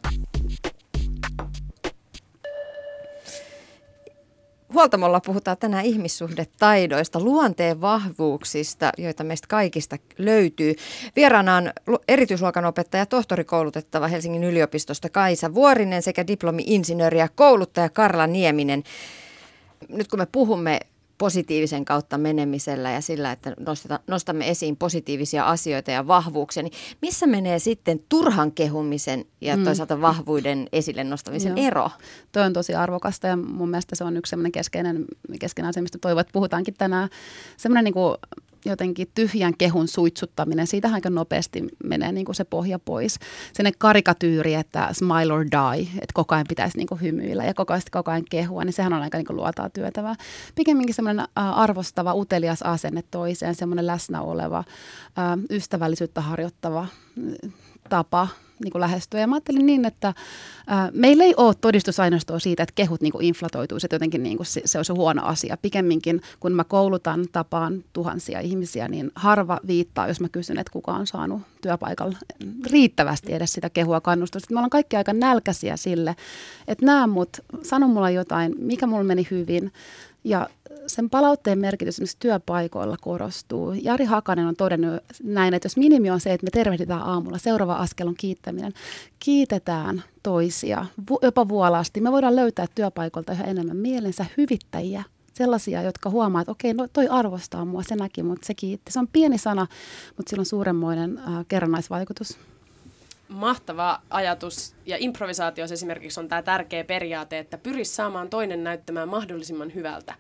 Huoltamolla puhutaan tänään ihmissuhdetaidoista, luonteen vahvuuksista, joita meistä kaikista löytyy. Vieraana on erityisluokan opettaja, tohtorikoulutettava Helsingin yliopistosta Kaisa Vuorinen sekä diplomi-insinööri ja kouluttaja Karla Nieminen. Nyt kun me puhumme positiivisen kautta menemisellä ja sillä, että nostamme esiin positiivisia asioita ja vahvuuksia, niin missä menee sitten turhan kehumisen ja toisaalta vahvuuden esille nostamisen ero? Tuo on tosi arvokasta ja mun mielestä se on yksi sellainen keskeinen asia, mistä toivon, että puhutaankin tänään. Semmoinen niin kuin jotenkin tyhjän kehun suitsuttaminen, siitähän aika nopeasti menee niin kuin se pohja pois. Sellainen karikatyyri, että smile or die, että koko ajan pitäisi niin kuin hymyillä ja koko ajan kehua, niin sehän on aika niin kuin luotaa työtävää. Pikemminkin semmoinen arvostava, utelias asenne toiseen, semmoinen läsnä oleva, ystävällisyyttä harjoittava tapa niin kuin lähestyä. Ja mä ajattelin niin, että meillä ei ole todistusaineistoa siitä, että kehut niin kuin inflatoituisi, että jotenkin niin kuin se olisi huono asia. Pikemminkin, kun mä koulutan, tapaan tuhansia ihmisiä, niin harva viittaa, jos mä kysyn, että kuka on saanut työpaikalla riittävästi edes sitä kehua kannustusta. Me ollaan kaikki aika nälkäisiä sille, että näe mut, sano mulla jotain, mikä mulla meni hyvin. Ja sen palautteen merkitys esimerkiksi työpaikoilla korostuu. Jari Hakanen on todennut näin, että jos minimi on se, että me tervehditään aamulla, seuraava askel on kiittäminen. Kiitetään toisia, jopa vuolaasti. Me voidaan löytää työpaikoilta yhä enemmän mielensä hyvittäjiä. Sellaisia, jotka huomaa, että okei, no toi arvostaa mua, se näki, mutta se kiitti. Se on pieni sana, mutta sillä on suuremmoinen kerrannaisvaikutus. Mahtava ajatus. Ja improvisaatiossa esimerkiksi on tämä tärkeä periaate, että pyri saamaan toinen näyttämään mahdollisimman hyvältä.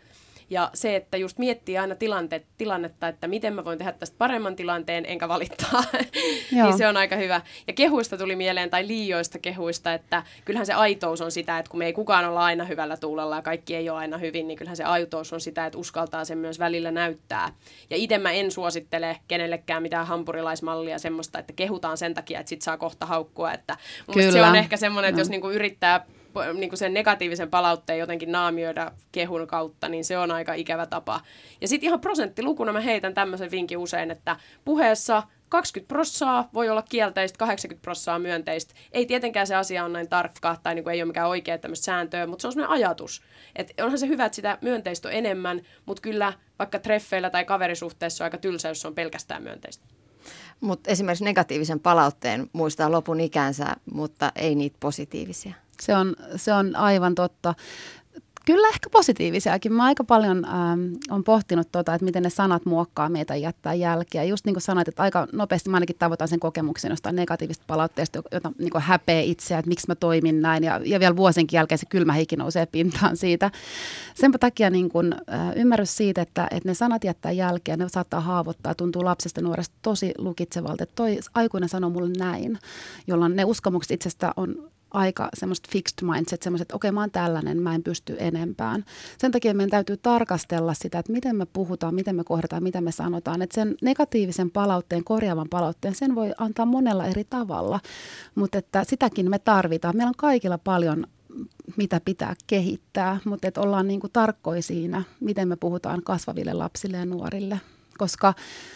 Ja se, että just miettii aina tilannetta, että miten mä voin tehdä tästä paremman tilanteen, enkä valittaa, niin se on aika hyvä. Ja kehuista tuli mieleen, tai liioista kehuista, että kyllähän se aitous on sitä, että kun me ei kukaan olla aina hyvällä tuulella ja kaikki ei ole aina hyvin, niin kyllähän se aitous on sitä, että uskaltaa sen myös välillä näyttää. Ja itse mä en suosittele kenellekään mitään hampurilaismallia semmoista, että kehutaan sen takia, että sit saa kohta haukkua. Että mun mielestä se on ehkä semmoinen, että jos niinku yrittää niin kuin sen negatiivisen palautteen jotenkin naamioida kehun kautta, niin se on aika ikävä tapa. Ja sitten ihan prosenttilukuna mä heitän tämmöisen vinkin usein, että puheessa 20% voi olla kielteistä, 80% myönteistä. Ei tietenkään se asia on näin tarkka tai niin kuin ei ole mikään oikea tämmöistä sääntöä, mutta se on semmoinen ajatus. Että onhan se hyvä, että sitä myönteistä on enemmän, mutta kyllä vaikka treffeillä tai kaverisuhteessa on aika tylsä, jos se on pelkästään myönteistä. Mutta esimerkiksi negatiivisen palautteen muistaa lopun ikänsä, mutta ei niitä positiivisia. Se on aivan totta. Kyllä ehkä positiivisiakin. Mä aika paljon on pohtinut että miten ne sanat muokkaa meitä ja jättää jälkeä. Just niin kuin sanoit, että aika nopeasti mä ainakin tavoitan sen kokemuksen jostain negatiivista palautteesta, jota niin kuin häpeä itseä, että miksi mä toimin näin. Ja vielä vuosenkin jälkeen se kylmä hiki nousee pintaan siitä. Sen takia niin kuin, ymmärrys siitä, että ne sanat jättää jälkeä, ne saattaa haavoittaa, tuntuu lapsesta nuoresta tosi lukitsevalta. Että toi aikuinen sanoo mulle näin, jolloin ne uskomukset itsestä on aika semmoista fixed mindset, semmoiset, että okei, mä oon tällainen, mä en pysty enempään. Sen takia meidän täytyy tarkastella sitä, että miten me puhutaan, miten me kohdataan, mitä me sanotaan. Että sen negatiivisen palautteen, korjaavan palautteen, sen voi antaa monella eri tavalla, mutta että sitäkin me tarvitaan. Meillä on kaikilla paljon, mitä pitää kehittää, mutta että ollaan niin kuin tarkkoja siinä, miten me puhutaan kasvaville lapsille ja nuorille, koska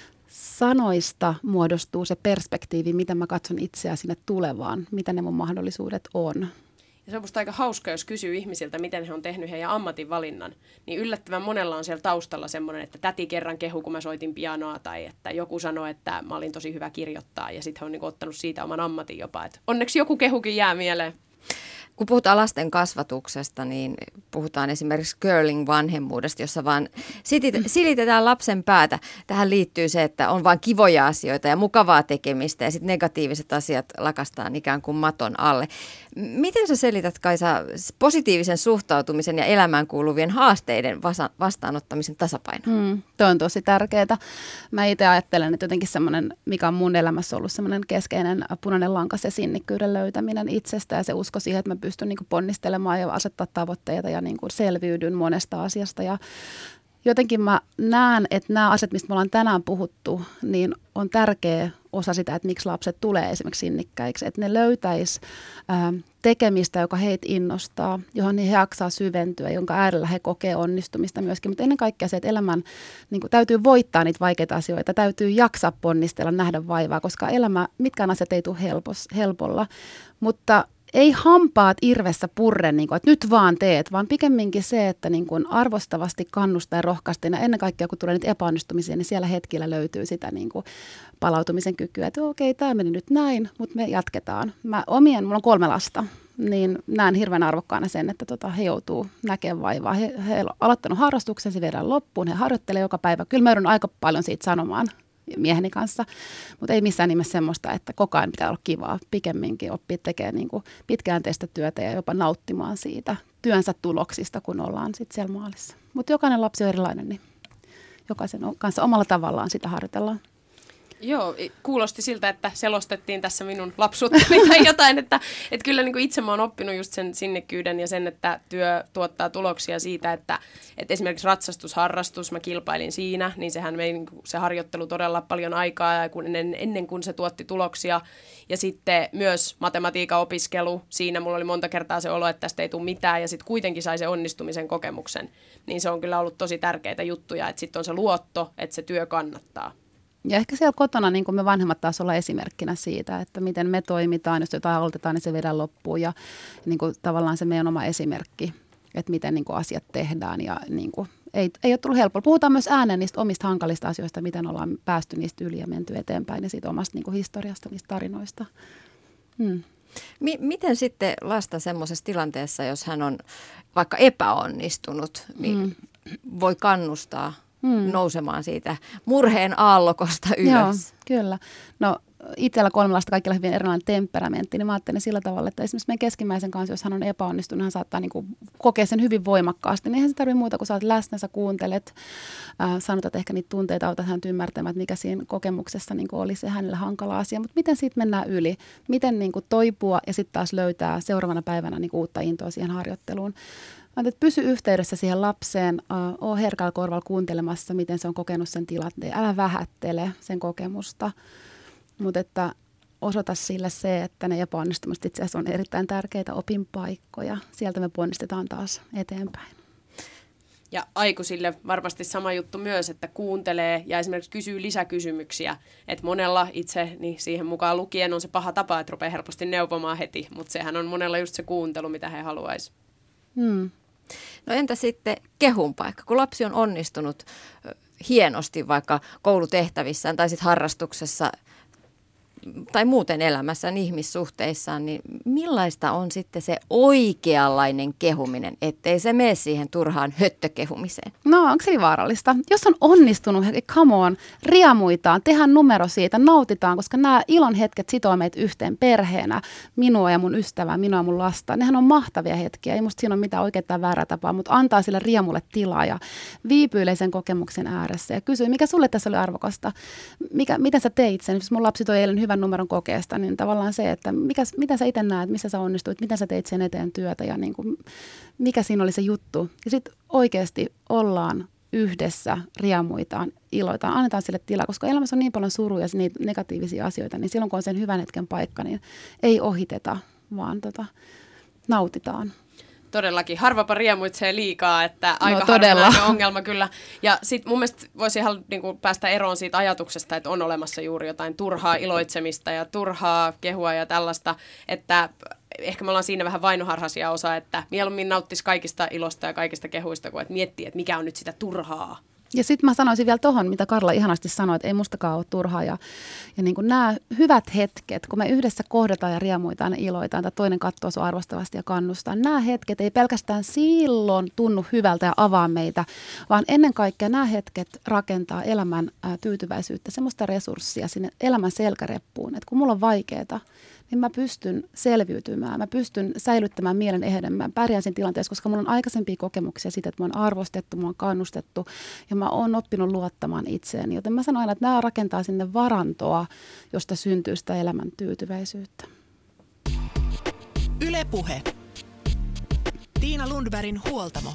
sanoista muodostuu se perspektiivi, miten mä katson itseä sinne tulevaan, mitä ne mun mahdollisuudet on. Ja se on musta aika hauska, jos kysyy ihmisiltä, miten he on tehnyt heidän ammatinvalinnan. Niin yllättävän monella on siellä taustalla semmoinen, että täti kerran kehu, kun mä soitin pianoa, tai että joku sanoi, että mä olin tosi hyvä kirjoittaa, ja sitten he on niinku ottanut siitä oman ammatin jopa. Et onneksi joku kehukin jää mieleen. Kun puhutaan lasten kasvatuksesta, niin puhutaan esimerkiksi curling-vanhemmuudesta, jossa vaan silitetään lapsen päätä. Tähän liittyy se, että on vain kivoja asioita ja mukavaa tekemistä ja sitten negatiiviset asiat lakastaan ikään kuin maton alle. Miten sä selität, Kaisa, positiivisen suhtautumisen ja elämään kuuluvien haasteiden vastaanottamisen tasapaino? Tuo on tosi tärkeää. Mä itse ajattelen, että jotenkin semmoinen, mikä on mun elämässä ollut semmoinen keskeinen punainen lanka, se sinnikkyyden löytäminen itsestä ja se usko siihen, että mä pystyn niin kuin ponnistelemaan ja asettaa tavoitteita ja niin kuin selviydyn monesta asiasta. Ja jotenkin mä näen, että nämä asiat, mistä me ollaan tänään puhuttu, niin on tärkeä osa sitä, että miksi lapset tulee esimerkiksi sinnikkäiksi. Että ne löytäisi tekemistä, joka heitä innostaa, johon he jaksaa syventyä, jonka äärellä he kokee onnistumista myöskin. Mutta ennen kaikkea se, että elämän niin kuin, täytyy voittaa niitä vaikeita asioita, täytyy jaksaa ponnistella, nähdä vaivaa, koska mitkään asiat ei tule helpolla. Mutta ei hampaat irvessä purre, niin kuin, että nyt vaan teet, vaan pikemminkin se, että niin kuin arvostavasti kannustaa ja rohkaista. Ja ennen kaikkea, kun tulee niitä epäonnistumisia, niin siellä hetkillä löytyy sitä niin kuin palautumisen kykyä, että okei, tämä meni nyt näin, mutta me jatketaan. Mulla on 3 lasta, niin näen hirveän arvokkaana sen, että he joutuu näkemään vaivaa. He on aloittanut harrastuksen, se viedään loppuun, he harjoittelee joka päivä. Kyllä mä joudun aika paljon siitä sanomaan mieheni kanssa, mutta ei missään nimessä semmoista, että koko ajan pitää olla kivaa. Pikemminkin oppii tekemään niin kuin pitkäjänteistä työtä ja jopa nauttimaan siitä työnsä tuloksista, kun ollaan sitten siellä maalissa. Mutta jokainen lapsi on erilainen, niin jokaisen kanssa omalla tavallaan sitä harjoitellaan. Joo, kuulosti siltä, että selostettiin tässä minun lapsuuttani tai jotain, että kyllä niin kuin itse mä oon oppinut just sen sinnikkyyden ja sen, että työ tuottaa tuloksia siitä, että esimerkiksi ratsastusharrastus, mä kilpailin siinä, niin sehän vei niin kuin se harjoittelu todella paljon aikaa ja ennen kuin se tuotti tuloksia. Ja sitten myös matematiikan opiskelu, siinä mulla oli monta kertaa se olo, että tästä ei tule mitään ja sitten kuitenkin sai se onnistumisen kokemuksen. Niin se on kyllä ollut tosi tärkeitä juttuja, että sitten on se luotto, että se työ kannattaa. Ja ehkä siellä kotona niin kuin me vanhemmat taas olla esimerkkinä siitä, että miten me toimitaan, jos jotain aloitetaan, niin se viedään loppuun. Ja niin kuin tavallaan se meidän oma esimerkki, että miten niin kuin asiat tehdään. Ja niin kuin, ei ole tullut helppoa. Puhutaan myös ääneen niistä omista hankalista asioista, miten ollaan päästy niistä yli ja menty eteenpäin ja siitä omasta niin kuin historiasta, niistä tarinoista. Miten sitten lasta semmoisessa tilanteessa, jos hän on vaikka epäonnistunut, niin voi kannustaa nousemaan siitä murheen aallokosta ylös? Joo, kyllä. No itsellä 3 lasta, kaikilla hyvin erilainen temperamentti, niin mä ajattelen sillä tavalla, että esimerkiksi meidän keskimmäisen kanssa, jos hän on epäonnistunut, hän saattaa niin kuin kokea sen hyvin voimakkaasti, niin eihän se tarvitse muuta, kun sä oot läsnä, sä kuuntelet, sanotat ehkä niitä tunteita, autat hän ymmärtämään, että mikä siinä kokemuksessa niin kuin oli se hänelle hankala asia, mutta miten siitä mennään yli, miten niin kuin toipua ja sitten taas löytää seuraavana päivänä niin kuin uutta intoa siihen harjoitteluun. Että pysy yhteydessä siihen lapseen, ole herkällä korvalla kuuntelemassa, miten se on kokenut sen tilanteen. Älä vähättele sen kokemusta, mutta että osoita sille se, että ne epäonnistumiset itse asiassa on erittäin tärkeitä opinpaikkoja. Sieltä me ponnistetaan taas eteenpäin. Ja aikuisille varmasti sama juttu myös, että kuuntelee ja esimerkiksi kysyy lisäkysymyksiä. Että monella itse niin siihen mukaan lukien on se paha tapa, että rupeaa helposti neuvomaan heti, mutta sehän on monella just se kuuntelu, mitä he haluaisivat. No entä sitten kehun paikka, kun lapsi on onnistunut hienosti vaikka koulutehtävissään tai sitten harrastuksessa tai muuten elämässään, ihmissuhteissaan, niin millaista on sitten se oikeanlainen kehuminen, ettei se mene siihen turhaan höttökehumiseen? No, onko se niin vaarallista? Jos on onnistunut, come on, riemuitaan, tehdään numero siitä, nautitaan, koska nämä ilon hetket sitoo meitä yhteen perheenä, minua ja mun ystävää, minua ja mun lasta. Nehän on mahtavia hetkiä, ei musta siinä ole mitään oikeaa tai väärää tapaa, mutta antaa sille riemulle tilaa ja viipyilee sen kokemuksen ääressä ja kysyy, mikä sulle tässä oli arvokasta, miten sä teit sen, jos mun lapsi toi eilen hyvän numeron kokeesta, niin tavallaan se, että mitä sä itse näet, missä sä onnistuit, miten sä teit sen eteen työtä ja niin kuin, mikä siinä oli se juttu. Ja sitten oikeasti ollaan yhdessä, riemuitaan, iloitaan, annetaan sille tilaa, koska elämässä on niin paljon suruja ja niitä negatiivisia asioita, niin silloin kun on sen hyvän hetken paikka, niin ei ohiteta, vaan nautitaan. Todellakin. Harvapa riemuitsee liikaa, että aika todella harvinainen ongelma kyllä. Ja sitten mun mielestä voisi ihan niin kuin päästä eroon siitä ajatuksesta, että on olemassa juuri jotain turhaa iloitsemista ja turhaa kehua ja tällaista, että ehkä me ollaan siinä vähän vainoharhaisia osa, että mieluummin nauttisi kaikista ilosta ja kaikista kehuista, kuin että miettii, että mikä on nyt sitä turhaa. Ja sitten mä sanoisin vielä tohon, mitä Karla ihanasti sanoi, että ei mustakaan ole turhaa. Ja niin kuin nämä hyvät hetket, kun me yhdessä kohdataan ja riemuitaan ja iloitaan, tai toinen katsoo sua arvostavasti ja kannustaa, nämä hetket ei pelkästään silloin tunnu hyvältä ja avaa meitä, vaan ennen kaikkea nämä hetket rakentaa elämän tyytyväisyyttä, semmoista resurssia sinne elämän selkäreppuun. Että kun mulla on vaikeaa, niin mä pystyn selviytymään, mä pystyn säilyttämään mielen ehden, mä pärjään siinä tilanteessa, koska mulla on aikaisempia kokemuksia siitä, että mä oon arvostettu, mä oon kannustettu ja mä oon oppinut luottamaan itseeni. Joten mä sanon aina, että nämä rakentaa sinne varantoa, josta syntyy sitä elämän tyytyväisyyttä. Yle Puhe. Tiina Lundbergin huoltamo.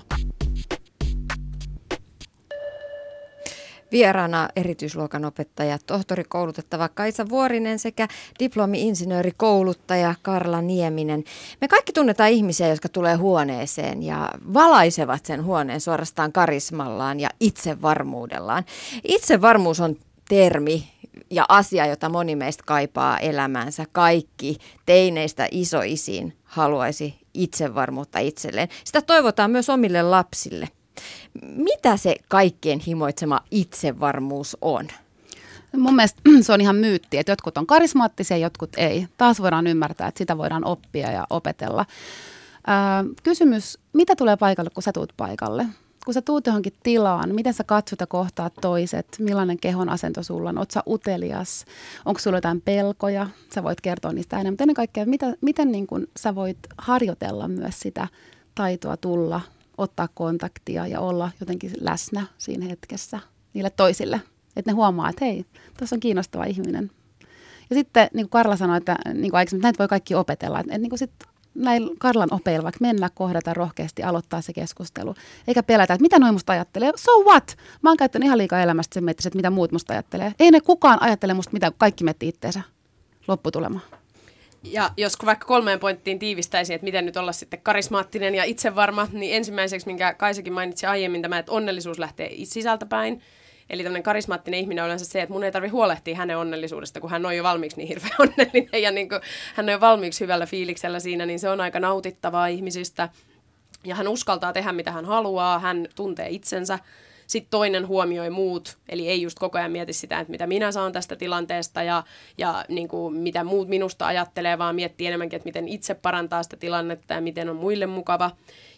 Vieraana erityisluokan opettaja, tohtorikoulutettava Kaisa Vuorinen sekä diplomi-insinöörikouluttaja Karla Nieminen. Me kaikki tunnetaan ihmisiä, jotka tulee huoneeseen ja valaisevat sen huoneen suorastaan karismallaan ja itsevarmuudellaan. Itsevarmuus on termi ja asia, jota moni meistä kaipaa elämäänsä. Kaikki teineistä isoisiin haluaisi itsevarmuutta itselleen. Sitä toivotaan myös omille lapsille. Mitä se kaikkien himoitsema itsevarmuus on? Mun mielestä se on ihan myytti, että jotkut on karismaattisia, jotkut ei. Taas voidaan ymmärtää, että sitä voidaan oppia ja opetella. Kysymys, mitä tulee paikalle, kun sä tuut paikalle? Kun sä tuut johonkin tilaan, miten sä katsot ja kohtaat toiset? Millainen kehon asento sulla on? Oot sä utelias? Onko sulla jotain pelkoja? Sä voit kertoa niistä enemmän. Mutta ennen kaikkea, miten niin kun sä voit harjoitella myös sitä taitoa tulla, ottaa kontaktia ja olla jotenkin läsnä siinä hetkessä niille toisille. Että ne huomaa, että hei, tuossa on kiinnostava ihminen. Ja sitten, niin kuin Karla sanoi, että niin kuin aikaisemmin, näitä voi kaikki opetella. Että niin kuin sitten näillä Karlan opeilla vaikka mennä, kohdata rohkeasti, aloittaa se keskustelu. Eikä pelätä, että mitä noin musta ajattelee. So what? Mä oon käyttänyt ihan liikaa elämästä sen miettiä, että mitä muut musta ajattelee. Ei ne kukaan ajattele musta mitä, kaikki miettii itteensä lopputulema. Ja jos vaikka 3 pointtiin tiivistäisin, että miten nyt olla sitten karismaattinen ja itsevarma, niin ensimmäiseksi, minkä Kaisakin mainitsi aiemmin, tämä, että onnellisuus lähtee sisältäpäin. Eli tämmöinen karismaattinen ihminen on yleensä se, että mun ei tarvitse huolehtia hänen onnellisuudesta, kun hän on jo valmiiksi niin hirveän onnellinen ja niin kuin hän on jo valmiiksi hyvällä fiiliksellä siinä, niin se on aika nautittavaa ihmisistä. Ja hän uskaltaa tehdä, mitä hän haluaa, hän tuntee itsensä. Sitten toinen huomioi muut, eli ei just koko ajan mieti sitä, että mitä minä saan tästä tilanteesta ja niin kuin mitä muut minusta ajattelee, vaan miettii enemmänkin, että miten itse parantaa sitä tilannetta ja miten on muille mukava.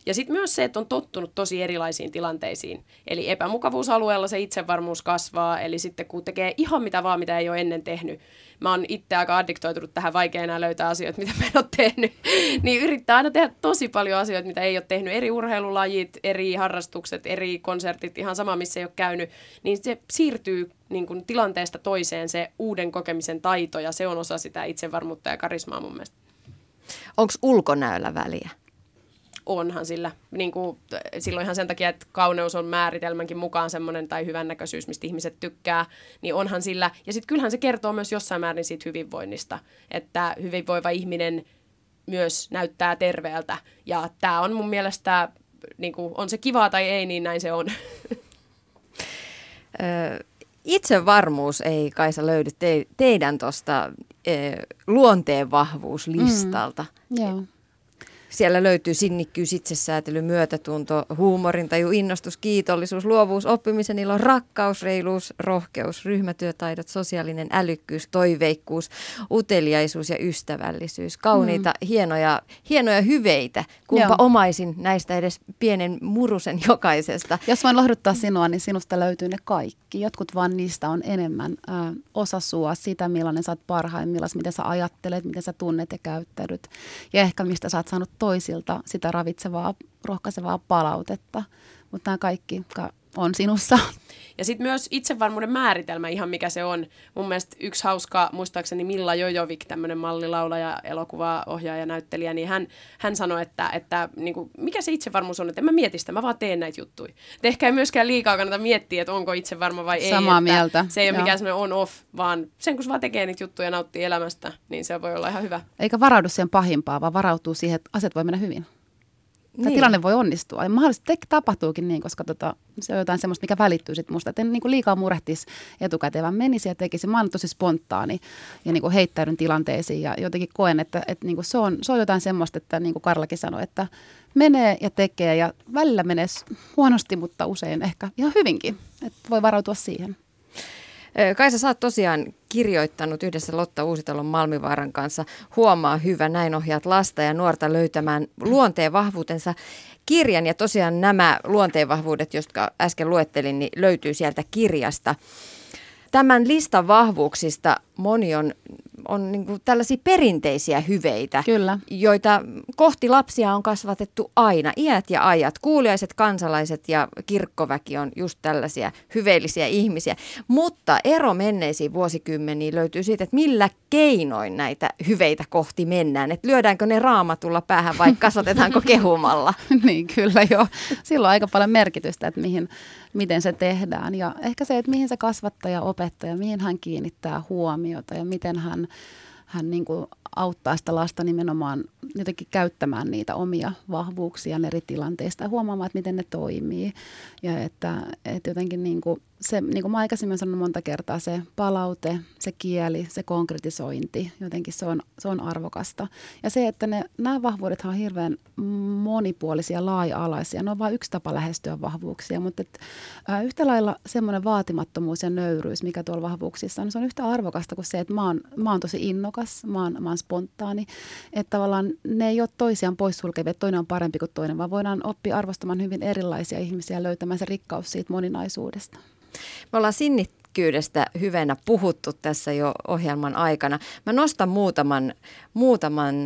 Ja sitten myös se, että on tottunut tosi erilaisiin tilanteisiin. Eli epämukavuusalueella se itsevarmuus kasvaa, eli sitten kun tekee ihan mitä vaan, mitä ei ole ennen tehnyt. Mä oon itse aika addiktoitunut tähän, vaikea enää löytää asioita, mitä mä en ole tehnyt. Niin yrittää aina tehdä tosi paljon asioita, mitä ei ole tehnyt. Eri urheilulajit, eri harrastukset, eri konsertit, ihan sama missä ei ole käynyt. Niin se siirtyy niin kuin tilanteesta toiseen se uuden kokemisen taito, ja se on osa sitä itsevarmuutta ja karismaa mun mielestä. Onko ulkonäöllä väliä? Onhan sillä. Niin kuin, silloin ihan sen takia, että kauneus on määritelmänkin mukaan semmoinen tai hyvännäköisyys, mistä ihmiset tykkää, niin onhan sillä. Ja sitten kyllähän se kertoo myös jossain määrin siitä hyvinvoinnista, että hyvinvoiva ihminen myös näyttää terveeltä. Ja tämä on mun mielestä, niin kuin, on se kivaa tai ei, niin näin se on. Itsevarmuus ei, Kaisa, löydy teidän tuosta luonteenvahvuuslistalta. Joo. Siellä löytyy sinnikkyys, itsesäätely, myötätunto, huumorintaju, innostus, kiitollisuus, luovuus, oppimisen ilo, rakkaus, reiluus, rohkeus, ryhmätyötaidot, sosiaalinen älykkyys, toiveikkuus, uteliaisuus ja ystävällisyys. Kauniita, hienoja hyveitä. Kumpa omaisin näistä edes pienen murusen jokaisesta. Jos voin lohduttaa sinua, niin sinusta löytyy ne kaikki. Jotkut vaan niistä on enemmän osa sua, sitä millainen sä oot parhaimmillaan, miten sä ajattelet, miten sä tunnet ja käyttäydyt. Ja ehkä mistä sä oot saanut toisilta sitä ravitsevaa, rohkaisevaa palautetta. Mutta nämä kaikki on sinussa. Ja sitten myös itsevarmuuden määritelmä, ihan mikä se on. Mun mielestä yksi hauska, muistaakseni Milla Jojovik, tämmöinen mallilaulaja, elokuvaohjaaja, näyttelijä, niin hän sanoi, että niin kuin, mikä se itsevarmuus on, että en mä mieti sitä, mä vaan teen näitä juttuja. Et ehkä ei myöskään liikaa kannata miettiä, että onko itsevarma vai ei. Samaa mieltä. Se ei ole mikään semmoinen on-off, vaan sen kun se vaan tekee niitä juttuja ja nauttii elämästä, niin se voi olla ihan hyvä. Eikä varaudu siihen pahimpaan, vaan varautuu siihen, että asiat voi mennä hyvin. Tämä tilanne voi onnistua. Ja mahdollisesti tapahtuukin niin, koska se on jotain semmoista, mikä välittyy sitten musta. Että en niin kuin liikaa murehtisi etukäteen, vaan menisi ja tekisi. Mä oon tosi spontaani ja niin kuin heittäydyn tilanteisiin. Ja jotenkin koen, että niin kuin se on jotain semmoista, että niin kuin Karlakin sanoi, että menee ja tekee. Ja välillä menee huonosti, mutta usein ehkä ihan hyvinkin. Että voi varautua siihen. Kaisa, sä oot tosiaan kirjoittanut yhdessä Lotta Uusitalon Malmivaaran kanssa Huomaa hyvä, näin ohjaat lasta ja nuorta löytämään luonteen vahvuutensa kirjan. Ja tosiaan nämä luonteen vahvuudet, jotka äsken luettelin, niin löytyy sieltä kirjasta. Tämän listan vahvuuksista moni on niin kuin tällaisia perinteisiä hyveitä, Kyllä. joita kohti lapsia on kasvatettu aina, iät ja ajat. Kuuliaiset kansalaiset ja kirkkoväki on just tällaisia hyveellisiä ihmisiä. Mutta ero menneisiin vuosikymmeniin löytyy siitä, että millä keinoin näitä hyveitä kohti mennään. Että lyödäänkö ne Raamatulla päähän vai kasvatetaanko kehumalla? Niin, kyllä joo. Sillä on aika paljon merkitystä, että miten se tehdään. Ja ehkä se, että mihin se kasvattaja, opettaja, mihin hän kiinnittää huomiota ja miten hän niin kuin auttaa sitä lasta nimenomaan jotenkin käyttämään niitä omia vahvuuksiaan eri tilanteista ja huomaamaan, että miten ne toimii. Ja että jotenkin niin kuin se, niin kuin mä aikaisemmin sanonut monta kertaa, se palaute, se kieli, se konkretisointi, jotenkin se on arvokasta. Ja se, että nämä vahvuudet on hirveän monipuolisia, laaja-alaisia. Ne on vain yksi tapa lähestyä vahvuuksia, mutta yhtä lailla semmoinen vaatimattomuus ja nöyryys, mikä tuolla vahvuuksissa on, se on yhtä arvokasta kuin se, että mä oon tosi innokas, mä oon spontaani. Että tavallaan ne ei ole toisiaan poissulkevia, että toinen on parempi kuin toinen, vaan voidaan oppia arvostamaan hyvin erilaisia ihmisiä ja löytämään se rikkaus siitä moninaisuudesta. Me ollaan sinnikkyydestä hyvänä puhuttu tässä jo ohjelman aikana. Mä nostan muutaman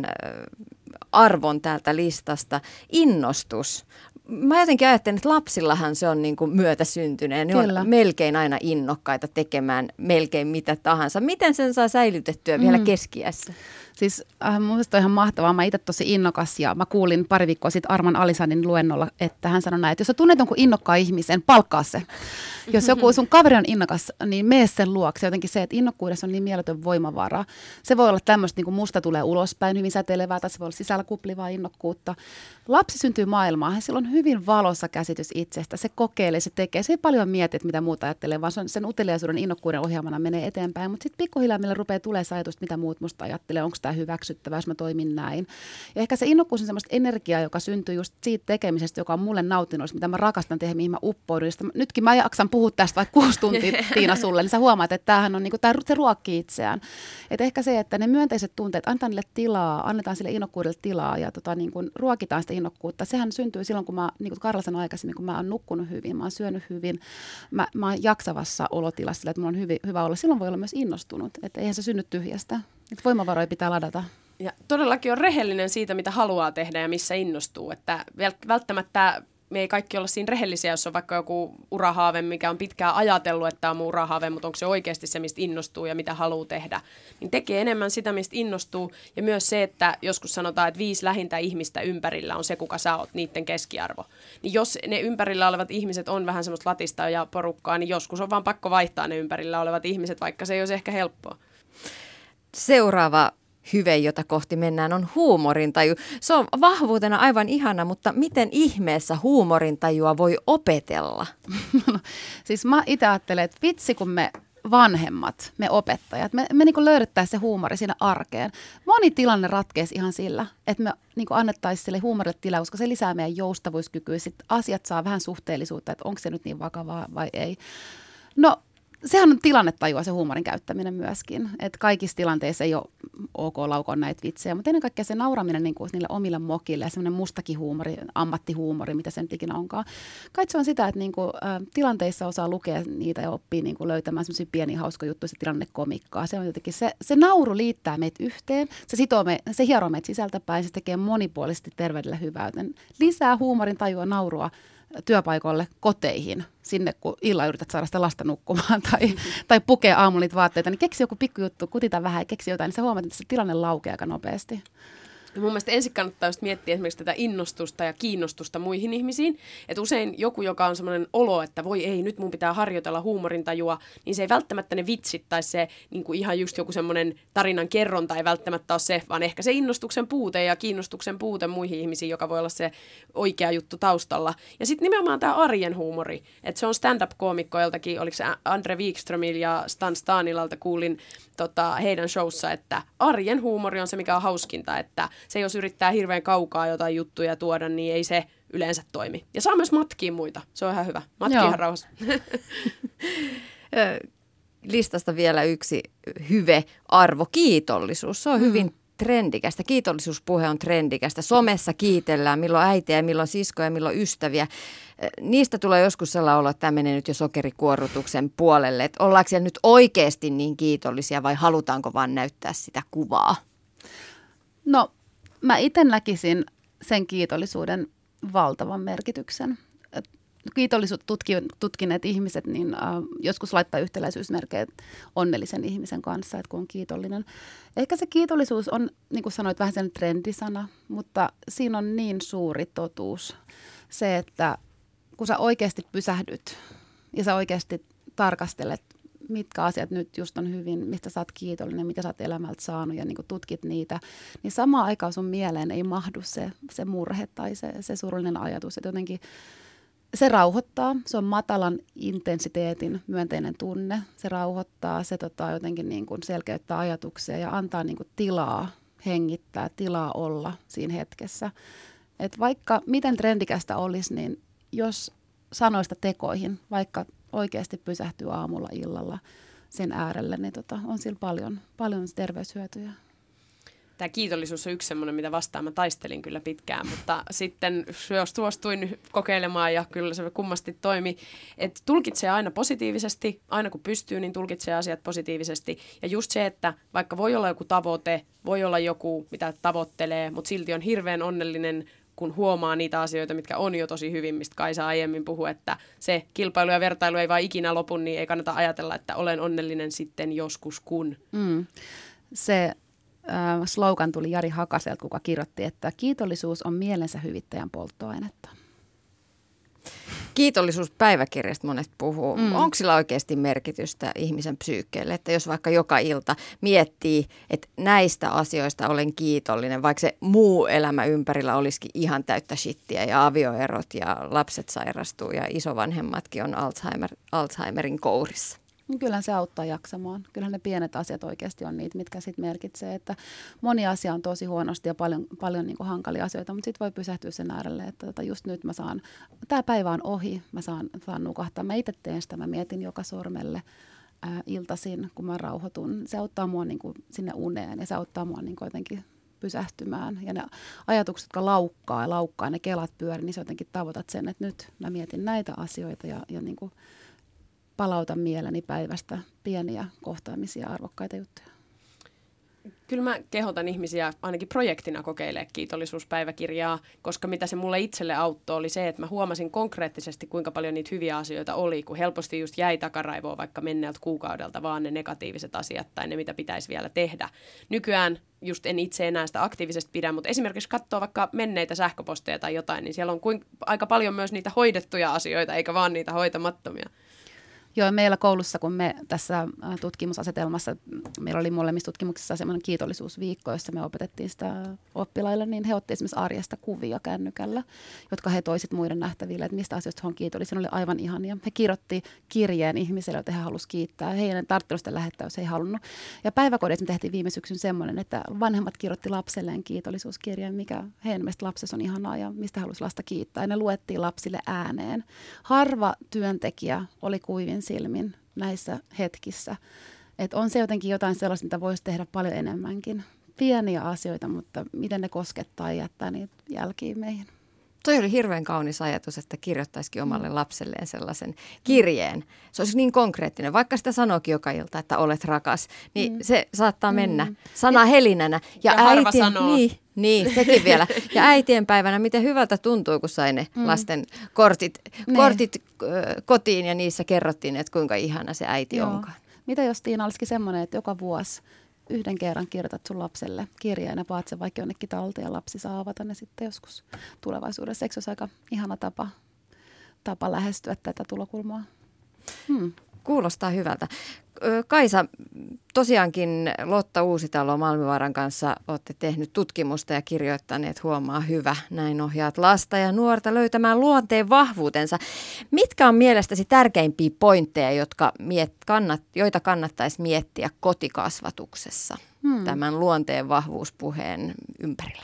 arvon täältä listasta. Innostus. Mä jotenkin ajattelen, että lapsillahan se on niin kuin myötäsyntyneen. Ne on melkein aina innokkaita tekemään melkein mitä tahansa. Miten sen saa säilytettyä vielä keski-iässä? Siis mun mielestä on ihan mahtavaa. Mä itse tosi innokas ja mä kuulin pari viikkoa sitten Arman Alisanin luennolla, että hän sanoi näin, että jos sä tunnet jonkun innokkaan ihmisen, palkkaa se. Jos joku sun kaveri on innokas, niin mene sen luokse. Jotenkin se, että innokkuudessa on niin mieletön voimavara. Se voi olla tämmöistä, niin kuin musta tulee ulospäin hyvin säteilevää, tai se voi olla sisällä kuplivaa innokkuutta. Lapsi syntyy maailmaan ja sillä on hyvin valossa käsitys itsestä. Se kokeilee, se tekee. Se ei paljon mieti, että mitä muuta ajattelee, vaan sen uteliaisuuden innokkuuden ohjelmana menee eteenpäin. Mutta sitten pikkuhiljaa meille rupeaa tulemaan se ajatus, mitä muut musta ajattelee. Onko itsestään hyväksyttävää, jos mä toimin näin. Ja ehkä se innokkuus on semmoista energiaa, joka syntyy just siitä tekemisestä, joka on mulle nautinnollista, mitä mä rakastan tehdä, mihin mä uppoudun. Nytkin mä jaksan puhua tästä vaikka 6 tuntia, Tiina, sulle, niin sä huomaat, että tämähän on niinku, se ruokkii itseään. Et ehkä se, että ne myönteiset tunteet, annetaan niille tilaa, annetaan sille innokkuudelle tilaa ja niin kuin ruokitaan sitä innokkuutta. Sehän syntyy silloin, kun mä, niin kuin Karla sanoi aikaisemmin, kun mä oon nukkunut hyvin, mä oon syönyt hyvin, mä oon jaksavassa olotilassa sillä, että mulla on hyvä olla. Silloin voi olla myös innostunut, että eihän se synny tyhjästä. Että voimavaroja pitää ladata. Ja todellakin on rehellinen siitä, mitä haluaa tehdä ja missä innostuu. Että välttämättä me ei kaikki olla siinä rehellisiä, jos on vaikka joku urahaave, mikä on pitkään ajatellut, että on mun urahaave, mutta onko se oikeasti se, mistä innostuu ja mitä haluaa tehdä. Niin tekee enemmän sitä, mistä innostuu. Ja myös se, että joskus sanotaan, että 5 lähintä ihmistä ympärillä on se, kuka sä oot, niiden keskiarvo. Niin jos ne ympärillä olevat ihmiset on vähän semmoista latista ja porukkaa, niin joskus on vaan pakko vaihtaa ne ympärillä olevat ihmiset, vaikka se ei olisi ehkä helppoa. Seuraava hyve, jota kohti mennään, on huumorintaju. Se on vahvuutena aivan ihana, mutta miten ihmeessä huumorintajua voi opetella? Siis mä itse ajattelen, että vitsi kun me vanhemmat, me opettajat, me niin löydettäisiin se huumori siinä arkeen. Moni tilanne ratkeisi ihan sillä, että me niin annettaisiin sille huumorille tilaa, koska se lisää meidän joustavuuskykyä. Sitten asiat saa vähän suhteellisuutta, että onko se nyt niin vakavaa vai ei. No, sehän on tilannetajua se huumorin käyttäminen myöskin, että kaikissa tilanteissa ei ole ok laukoa näitä vitsejä, mutta ennen kaikkea se nauraminen niin kuin niille omille mokille ja semmoinen mustakin huumori, ammattihuumori, mitä se nyt ikinä onkaan. Kai se on sitä, että niin kuin, tilanteissa osaa lukea niitä ja oppii niin kuin löytämään semmoisia pieniä hauskoja juttuja, se tilannekomikkaa. Se on jotenkin, se nauru liittää meitä yhteen, se hieroo meitä sisältäpäin, se tekee monipuolisesti terveydelle hyvää, joten lisää huumorin tajua, naurua työpaikoille, koteihin, sinne kun illalla yrität saada sitä lasta nukkumaan tai pukea aamulla niitä vaatteita, niin keksi joku pikkujuttu, kutita vähän ja keksi jotain, niin sä huomaat, että se tilanne laukeaa aika nopeasti. Ja mun mielestä ensin kannattaa just miettiä esimerkiksi tätä innostusta ja kiinnostusta muihin ihmisiin. Että usein joku, joka on semmoinen olo, että voi ei, nyt mun pitää harjoitella huumorintajua, niin se ei välttämättä ne vitsit tai se niin kuin ihan just joku semmoinen tarinan kerronta ei välttämättä ole se, vaan ehkä se innostuksen puute ja kiinnostuksen puute muihin ihmisiin, joka voi olla se oikea juttu taustalla. Ja sitten nimenomaan tämä arjen huumori. Että se on stand-up-koomikko joltakin, oliko se Andre Wikströmillä ja Stan Stanilalta kuulin heidän showssa, että arjen huumori on se, mikä on hauskinta, että se jos yrittää hirveän kaukaa jotain juttuja tuoda, niin ei se yleensä toimi. Ja saa myös matkia muita, se on ihan hyvä. Matkia ihan rauhassa. Listasta vielä yksi hyve arvo, kiitollisuus. Se on hyvin trendikästä. Kiitollisuuspuhe on trendikästä. Somessa kiitellään, milloin äitiä, milloin siskoja, milloin ystäviä. Niistä tulee joskus sellainen olo, että tämä menee nyt jo sokerikuorrutuksen puolelle. Että ollaanko siellä nyt oikeasti niin kiitollisia vai halutaanko vaan näyttää sitä kuvaa? No, mä itse näkisin sen kiitollisuuden valtavan merkityksen. Kiitollisuutta tutkineet ihmiset niin joskus laittaa yhtäläisyysmerkkejä onnellisen ihmisen kanssa, että kun on kiitollinen. Ehkä se kiitollisuus on, niin kuin sanoit, vähän sen trendisana, mutta siinä on niin suuri totuus se, että kun sä oikeasti pysähdyt ja sä oikeasti tarkastelet, mitkä asiat nyt just on hyvin, mistä sä oot kiitollinen, mitä sä oot elämältä saanut ja niin kuin tutkit niitä, niin samaan aikaan sun mieleen ei mahdu se murhe tai se surullinen ajatus, että jotenkin se rauhoittaa, se on matalan intensiteetin myönteinen tunne, se rauhoittaa, se jotenkin niin kuin selkeyttää ajatuksia ja antaa niin kuin tilaa hengittää, tilaa olla siinä hetkessä. Et vaikka miten trendikästä olisi, niin jos sanoista tekoihin, vaikka oikeasti pysähtyy aamulla illalla sen äärelle, niin on sillä paljon terveyshyötyjä. Tämä kiitollisuus on yksi semmoinen, mitä vastaan mä taistelin kyllä pitkään, mutta sitten suostuin kokeilemaan ja kyllä se kummasti toimi, että tulkitsee aina positiivisesti, aina kun pystyy, niin tulkitsee asiat positiivisesti. Ja just se, että vaikka voi olla joku tavoite, voi olla joku, mitä tavoittelee, mutta silti on hirveän onnellinen, kun huomaa niitä asioita, mitkä on jo tosi hyvin, mistä Kaisa aiemmin puhui, että se kilpailu ja vertailu ei vaan ikinä lopu, niin ei kannata ajatella, että olen onnellinen sitten joskus kun. Se slogan tuli Jari Hakaselta, kuka kirjoitti, että kiitollisuus on mielensä hyvittäjän polttoainetta. Kiitollisuuspäiväkirjasta monet puhuu. Onko sillä oikeasti merkitystä ihmisen psyykkeelle, että jos vaikka joka ilta miettii, että näistä asioista olen kiitollinen, vaikka se muu elämä ympärillä olisikin ihan täyttä shittiä ja avioerot ja lapset sairastuu ja isovanhemmatkin on Alzheimerin kourissa? Niin kyllähän se auttaa jaksamaan. Kyllähän ne pienet asiat oikeasti on niitä, mitkä sitten merkitsee, että moni asia on tosi huonosti ja paljon niin kuin hankalia asioita, mutta sitten voi pysähtyä sen äärelle, että just nyt tämä päivä on ohi, mä saan nukahtaa. Mä itse teen sitä, mä mietin joka sormelle iltaisin, kun mä rauhoitun. Se auttaa mua niin kuin sinne uneen ja se auttaa mua niin kuin jotenkin pysähtymään. Ja ne ajatukset, jotka laukkaa, ne kelat pyörii, niin sä jotenkin tavoitat sen, että nyt mä mietin näitä asioita ja niin kuin palautan mieleni päivästä pieniä kohtaamisia arvokkaita juttuja. Kyllä mä kehotan ihmisiä ainakin projektina kokeilemaan kiitollisuuspäiväkirjaa, koska mitä se mulle itselle auttoi oli se, että mä huomasin konkreettisesti, kuinka paljon niitä hyviä asioita oli, kun helposti just jäi takaraivoon vaikka menneeltä kuukaudelta vaan ne negatiiviset asiat tai ne, mitä pitäisi vielä tehdä. Nykyään just en itse enää sitä aktiivisesti pidä, mutta esimerkiksi katsoo vaikka menneitä sähköposteja tai jotain, niin siellä on aika paljon myös niitä hoidettuja asioita, eikä vaan niitä hoitamattomia. Joo, meillä koulussa, kun me tässä tutkimusasetelmassa, meillä oli molemmissa tutkimuksissa semmoinen kiitollisuusviikko, jossa me opetettiin sitä oppilaille, niin he otti esimerkiksi arjesta kuvia kännykällä, jotka he toisit muiden nähtäville, että mistä asioista he on kiitollisia. Ne oli aivan ihania. He kirjoitti kirjeen ihmiselle, joita he halusivat kiittää. Heidän ei tarvitse sitä lähettää, jos he ei halunnut. Ja päiväkodissa me tehtiin viime syksyn semmoinen, että vanhemmat kirjoitti lapselleen kiitollisuuskirjeen, mikä heidän mielestä lapsessa on ihanaa ja mistä halusi lasta kiittää. Ja ne luettiin lapsille ääneen. Harva työntekijä oli kuivin silmin näissä hetkissä. Että on se jotenkin jotain sellaista, mitä voisi tehdä paljon enemmänkin. Pieniä asioita, mutta miten ne koskettaa ja jättää niitä jälkiin meihin. Toi oli hirveän kaunis ajatus, että kirjoittaisikin omalle lapselleen sellaisen kirjeen. Se olisi niin konkreettinen, vaikka sitä sanookin joka ilta, että olet rakas, niin se saattaa mennä sana helinänä. Ja harva sanoo. Niin, sekin vielä. Ja äitienpäivänä, miten hyvältä tuntuu, kun sai ne lasten kortit kotiin ja niissä kerrottiin, että kuinka ihana se äiti onkaan. Mitä jos Tiina olisikin semmoinen, että joka vuosi yhden kerran kirjoitat sun lapselle kirjeen ja paat sen vaikka jonnekin talteen ja lapsi saa avata ne sitten joskus tulevaisuudessa. Eikö se olisi aika ihana tapa lähestyä tätä tulokulmaa? Kuulostaa hyvältä. Kaisa, tosiaankin Lotta Uusitalo Malmivaaran kanssa olette tehnyt tutkimusta ja kirjoittaneet Huomaa hyvä. Näin ohjaat lasta ja nuorta löytämään luonteen vahvuutensa. Mitkä on mielestäsi tärkeimpiä pointteja, joita kannattaisi miettiä kotikasvatuksessa tämän luonteen vahvuuspuheen ympärillä?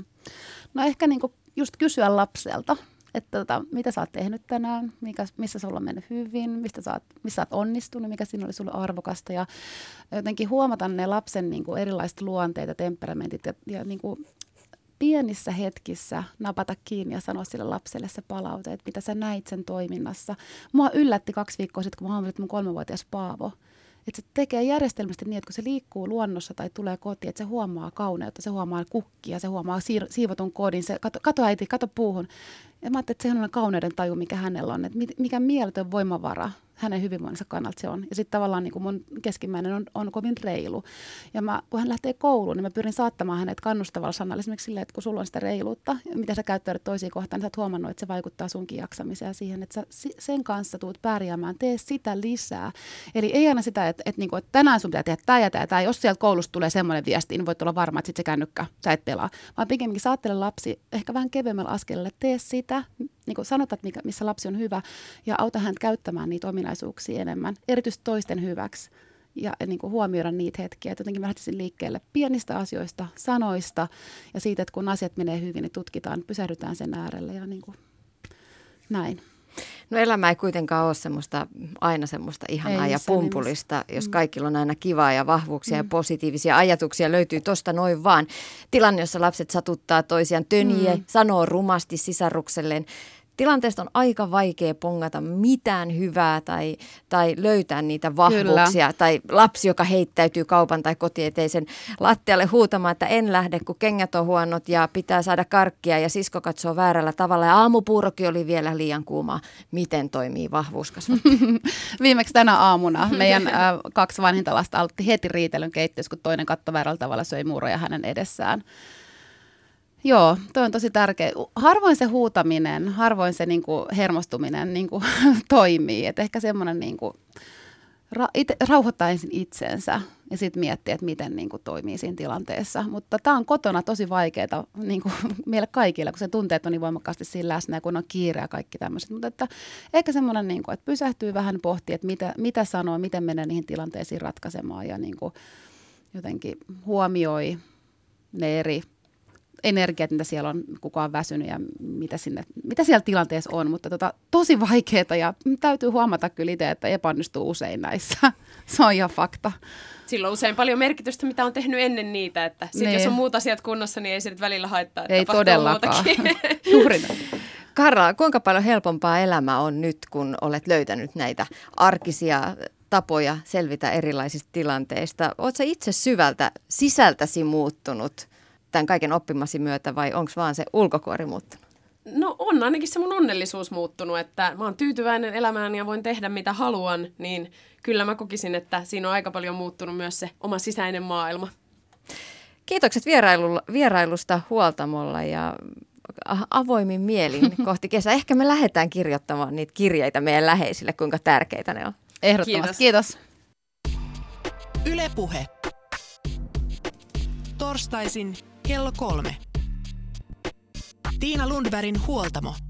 No ehkä niinku just kysyä lapselta. Että mitä sä oot tehnyt tänään, missä sulla on mennyt hyvin, missä sä oot onnistunut, mikä siinä oli sulle arvokasta. Ja jotenkin huomata ne lapsen niin kuin erilaiset luonteet ja temperamentit ja niin kuin pienissä hetkissä napata kiinni ja sanoa sille lapselle se palaute, että mitä sä näit sen toiminnassa. Mua yllätti 2 viikkoa sitten, kun mä huomasin, että mun 3-vuotias Paavo, että se tekee järjestelmästi niin, että kun se liikkuu luonnossa tai tulee kotiin, että se huomaa kauneutta, se huomaa kukkia, se huomaa siivotun kodin, se kato äiti, kato puuhun. Ja mä ajattelin, että se on kauneuden taju, mikä hänellä on, että mikä mieletön voimavara hänen hyvinvoinninsa kannalta se on. Ja sitten tavallaan niin kuin mun keskimmäinen on kovin reilu. Ja kun hän lähtee kouluun, niin mä pyrin saattamaan hänet kannustavalla sanalla. Esimerkiksi silleen, että kun sulla on sitä reiluutta, mitä sä käyttäydyt toisiin kohtaan, niin sä oot huomannut, että se vaikuttaa sunkin jaksamiseen siihen, että sä sen kanssa tuut pärjäämään, tee sitä lisää. Eli ei aina sitä, että tänään sun pitää tehdä tämä ja tämä. Jos sieltä koulusta tulee semmoinen viesti, niin voit olla varma, että sit se kännykkä, sä et pelaa. Vaan pikemminkin saattele lapsi ehkä vähän kevyemmällä askelella, tee sitä. Niin kuin sanotaan, missä lapsi on hyvä ja auta häntä käyttämään niitä ominaisuuksia enemmän, erityisesti toisten hyväksi ja niin kuin huomioida niitä hetkiä. Et jotenkin mä lähtisin liikkeelle pienistä asioista, sanoista ja siitä, että kun asiat menee hyvin, niin tutkitaan, pysähdytään sen äärelle ja niin kuin näin. No elämä ei kuitenkaan ole aina semmoista ihanaa ja pumpulista, jos kaikilla on aina kivaa ja vahvuuksia ja positiivisia ajatuksia löytyy tosta noin vaan. Tilanne, jossa lapset satuttaa toisiaan, tönjie, sanoo rumasti sisarukselleen. Tilanteesta on aika vaikea pongata mitään hyvää tai löytää niitä vahvuuksia. Kyllä. Tai lapsi, joka heittäytyy kaupan tai kotieteisen lattialle huutamaan, että en lähde, kun kengät on huonot ja pitää saada karkkia ja sisko katsoo väärällä tavalla. Ja aamupuurokin oli vielä liian kuumaa. Miten toimii vahvuuskasvattaja? Viimeksi tänä aamuna meidän 2 vanhinta lasta aloitti heti riitelyn keittiössä, kun toinen katsoi väärällä tavalla, söi muuroja hänen edessään. Joo, toi on tosi tärkeä. Harvoin se huutaminen, harvoin se niinku hermostuminen niinku toimii. Et ehkä semmoinen niinku rauhoittaa ensin itsensä ja sitten miettiä, että miten niin kuin toimii siinä tilanteessa. Mutta tämä on kotona tosi vaikeaa niin kuin meille kaikille, kun se tunteet on niin voimakkaasti siinä läsnä ja kun on kiire ja kaikki tämmöiset. Mutta että ehkä semmoinen, niin kuin, että pysähtyy vähän pohtia, että mitä sanoo, miten menee niihin tilanteisiin ratkaisemaan ja niin kuin jotenkin huomioi ne eri energiat, mitä siellä on, kuka on väsynyt ja mitä siellä tilanteessa on, mutta tosi vaikeaa ja täytyy huomata kyllä itse, että epäonnistuu usein näissä. Se on ihan fakta. Sillä on usein paljon merkitystä, mitä on tehnyt ennen niitä, että sit jos on muut asiat kunnossa, niin ei se nyt välillä haittaa, että ei todellakaan. Juuri näin. Karla, kuinka paljon helpompaa elämä on nyt, kun olet löytänyt näitä arkisia tapoja selvitä erilaisista tilanteista? Oletko itse syvältä sisältäsi muuttunut tämän kaiken oppimasi myötä vai onko vaan se ulkokuori muuttunut? No on ainakin se mun onnellisuus muuttunut, että mä oon tyytyväinen elämään ja voin tehdä mitä haluan, niin kyllä mä kokisin, että siinä on aika paljon muuttunut myös se oma sisäinen maailma. Kiitokset vierailusta Huoltamolla ja avoimin mielin kohti kesää. Ehkä me lähdetään kirjoittamaan niitä kirjeitä meidän läheisille, kuinka tärkeitä ne on. Ehdottomasti. Kiitos. Yle Puhe. Torstaisin kello 3. Tiina Lundbergin Huoltamo.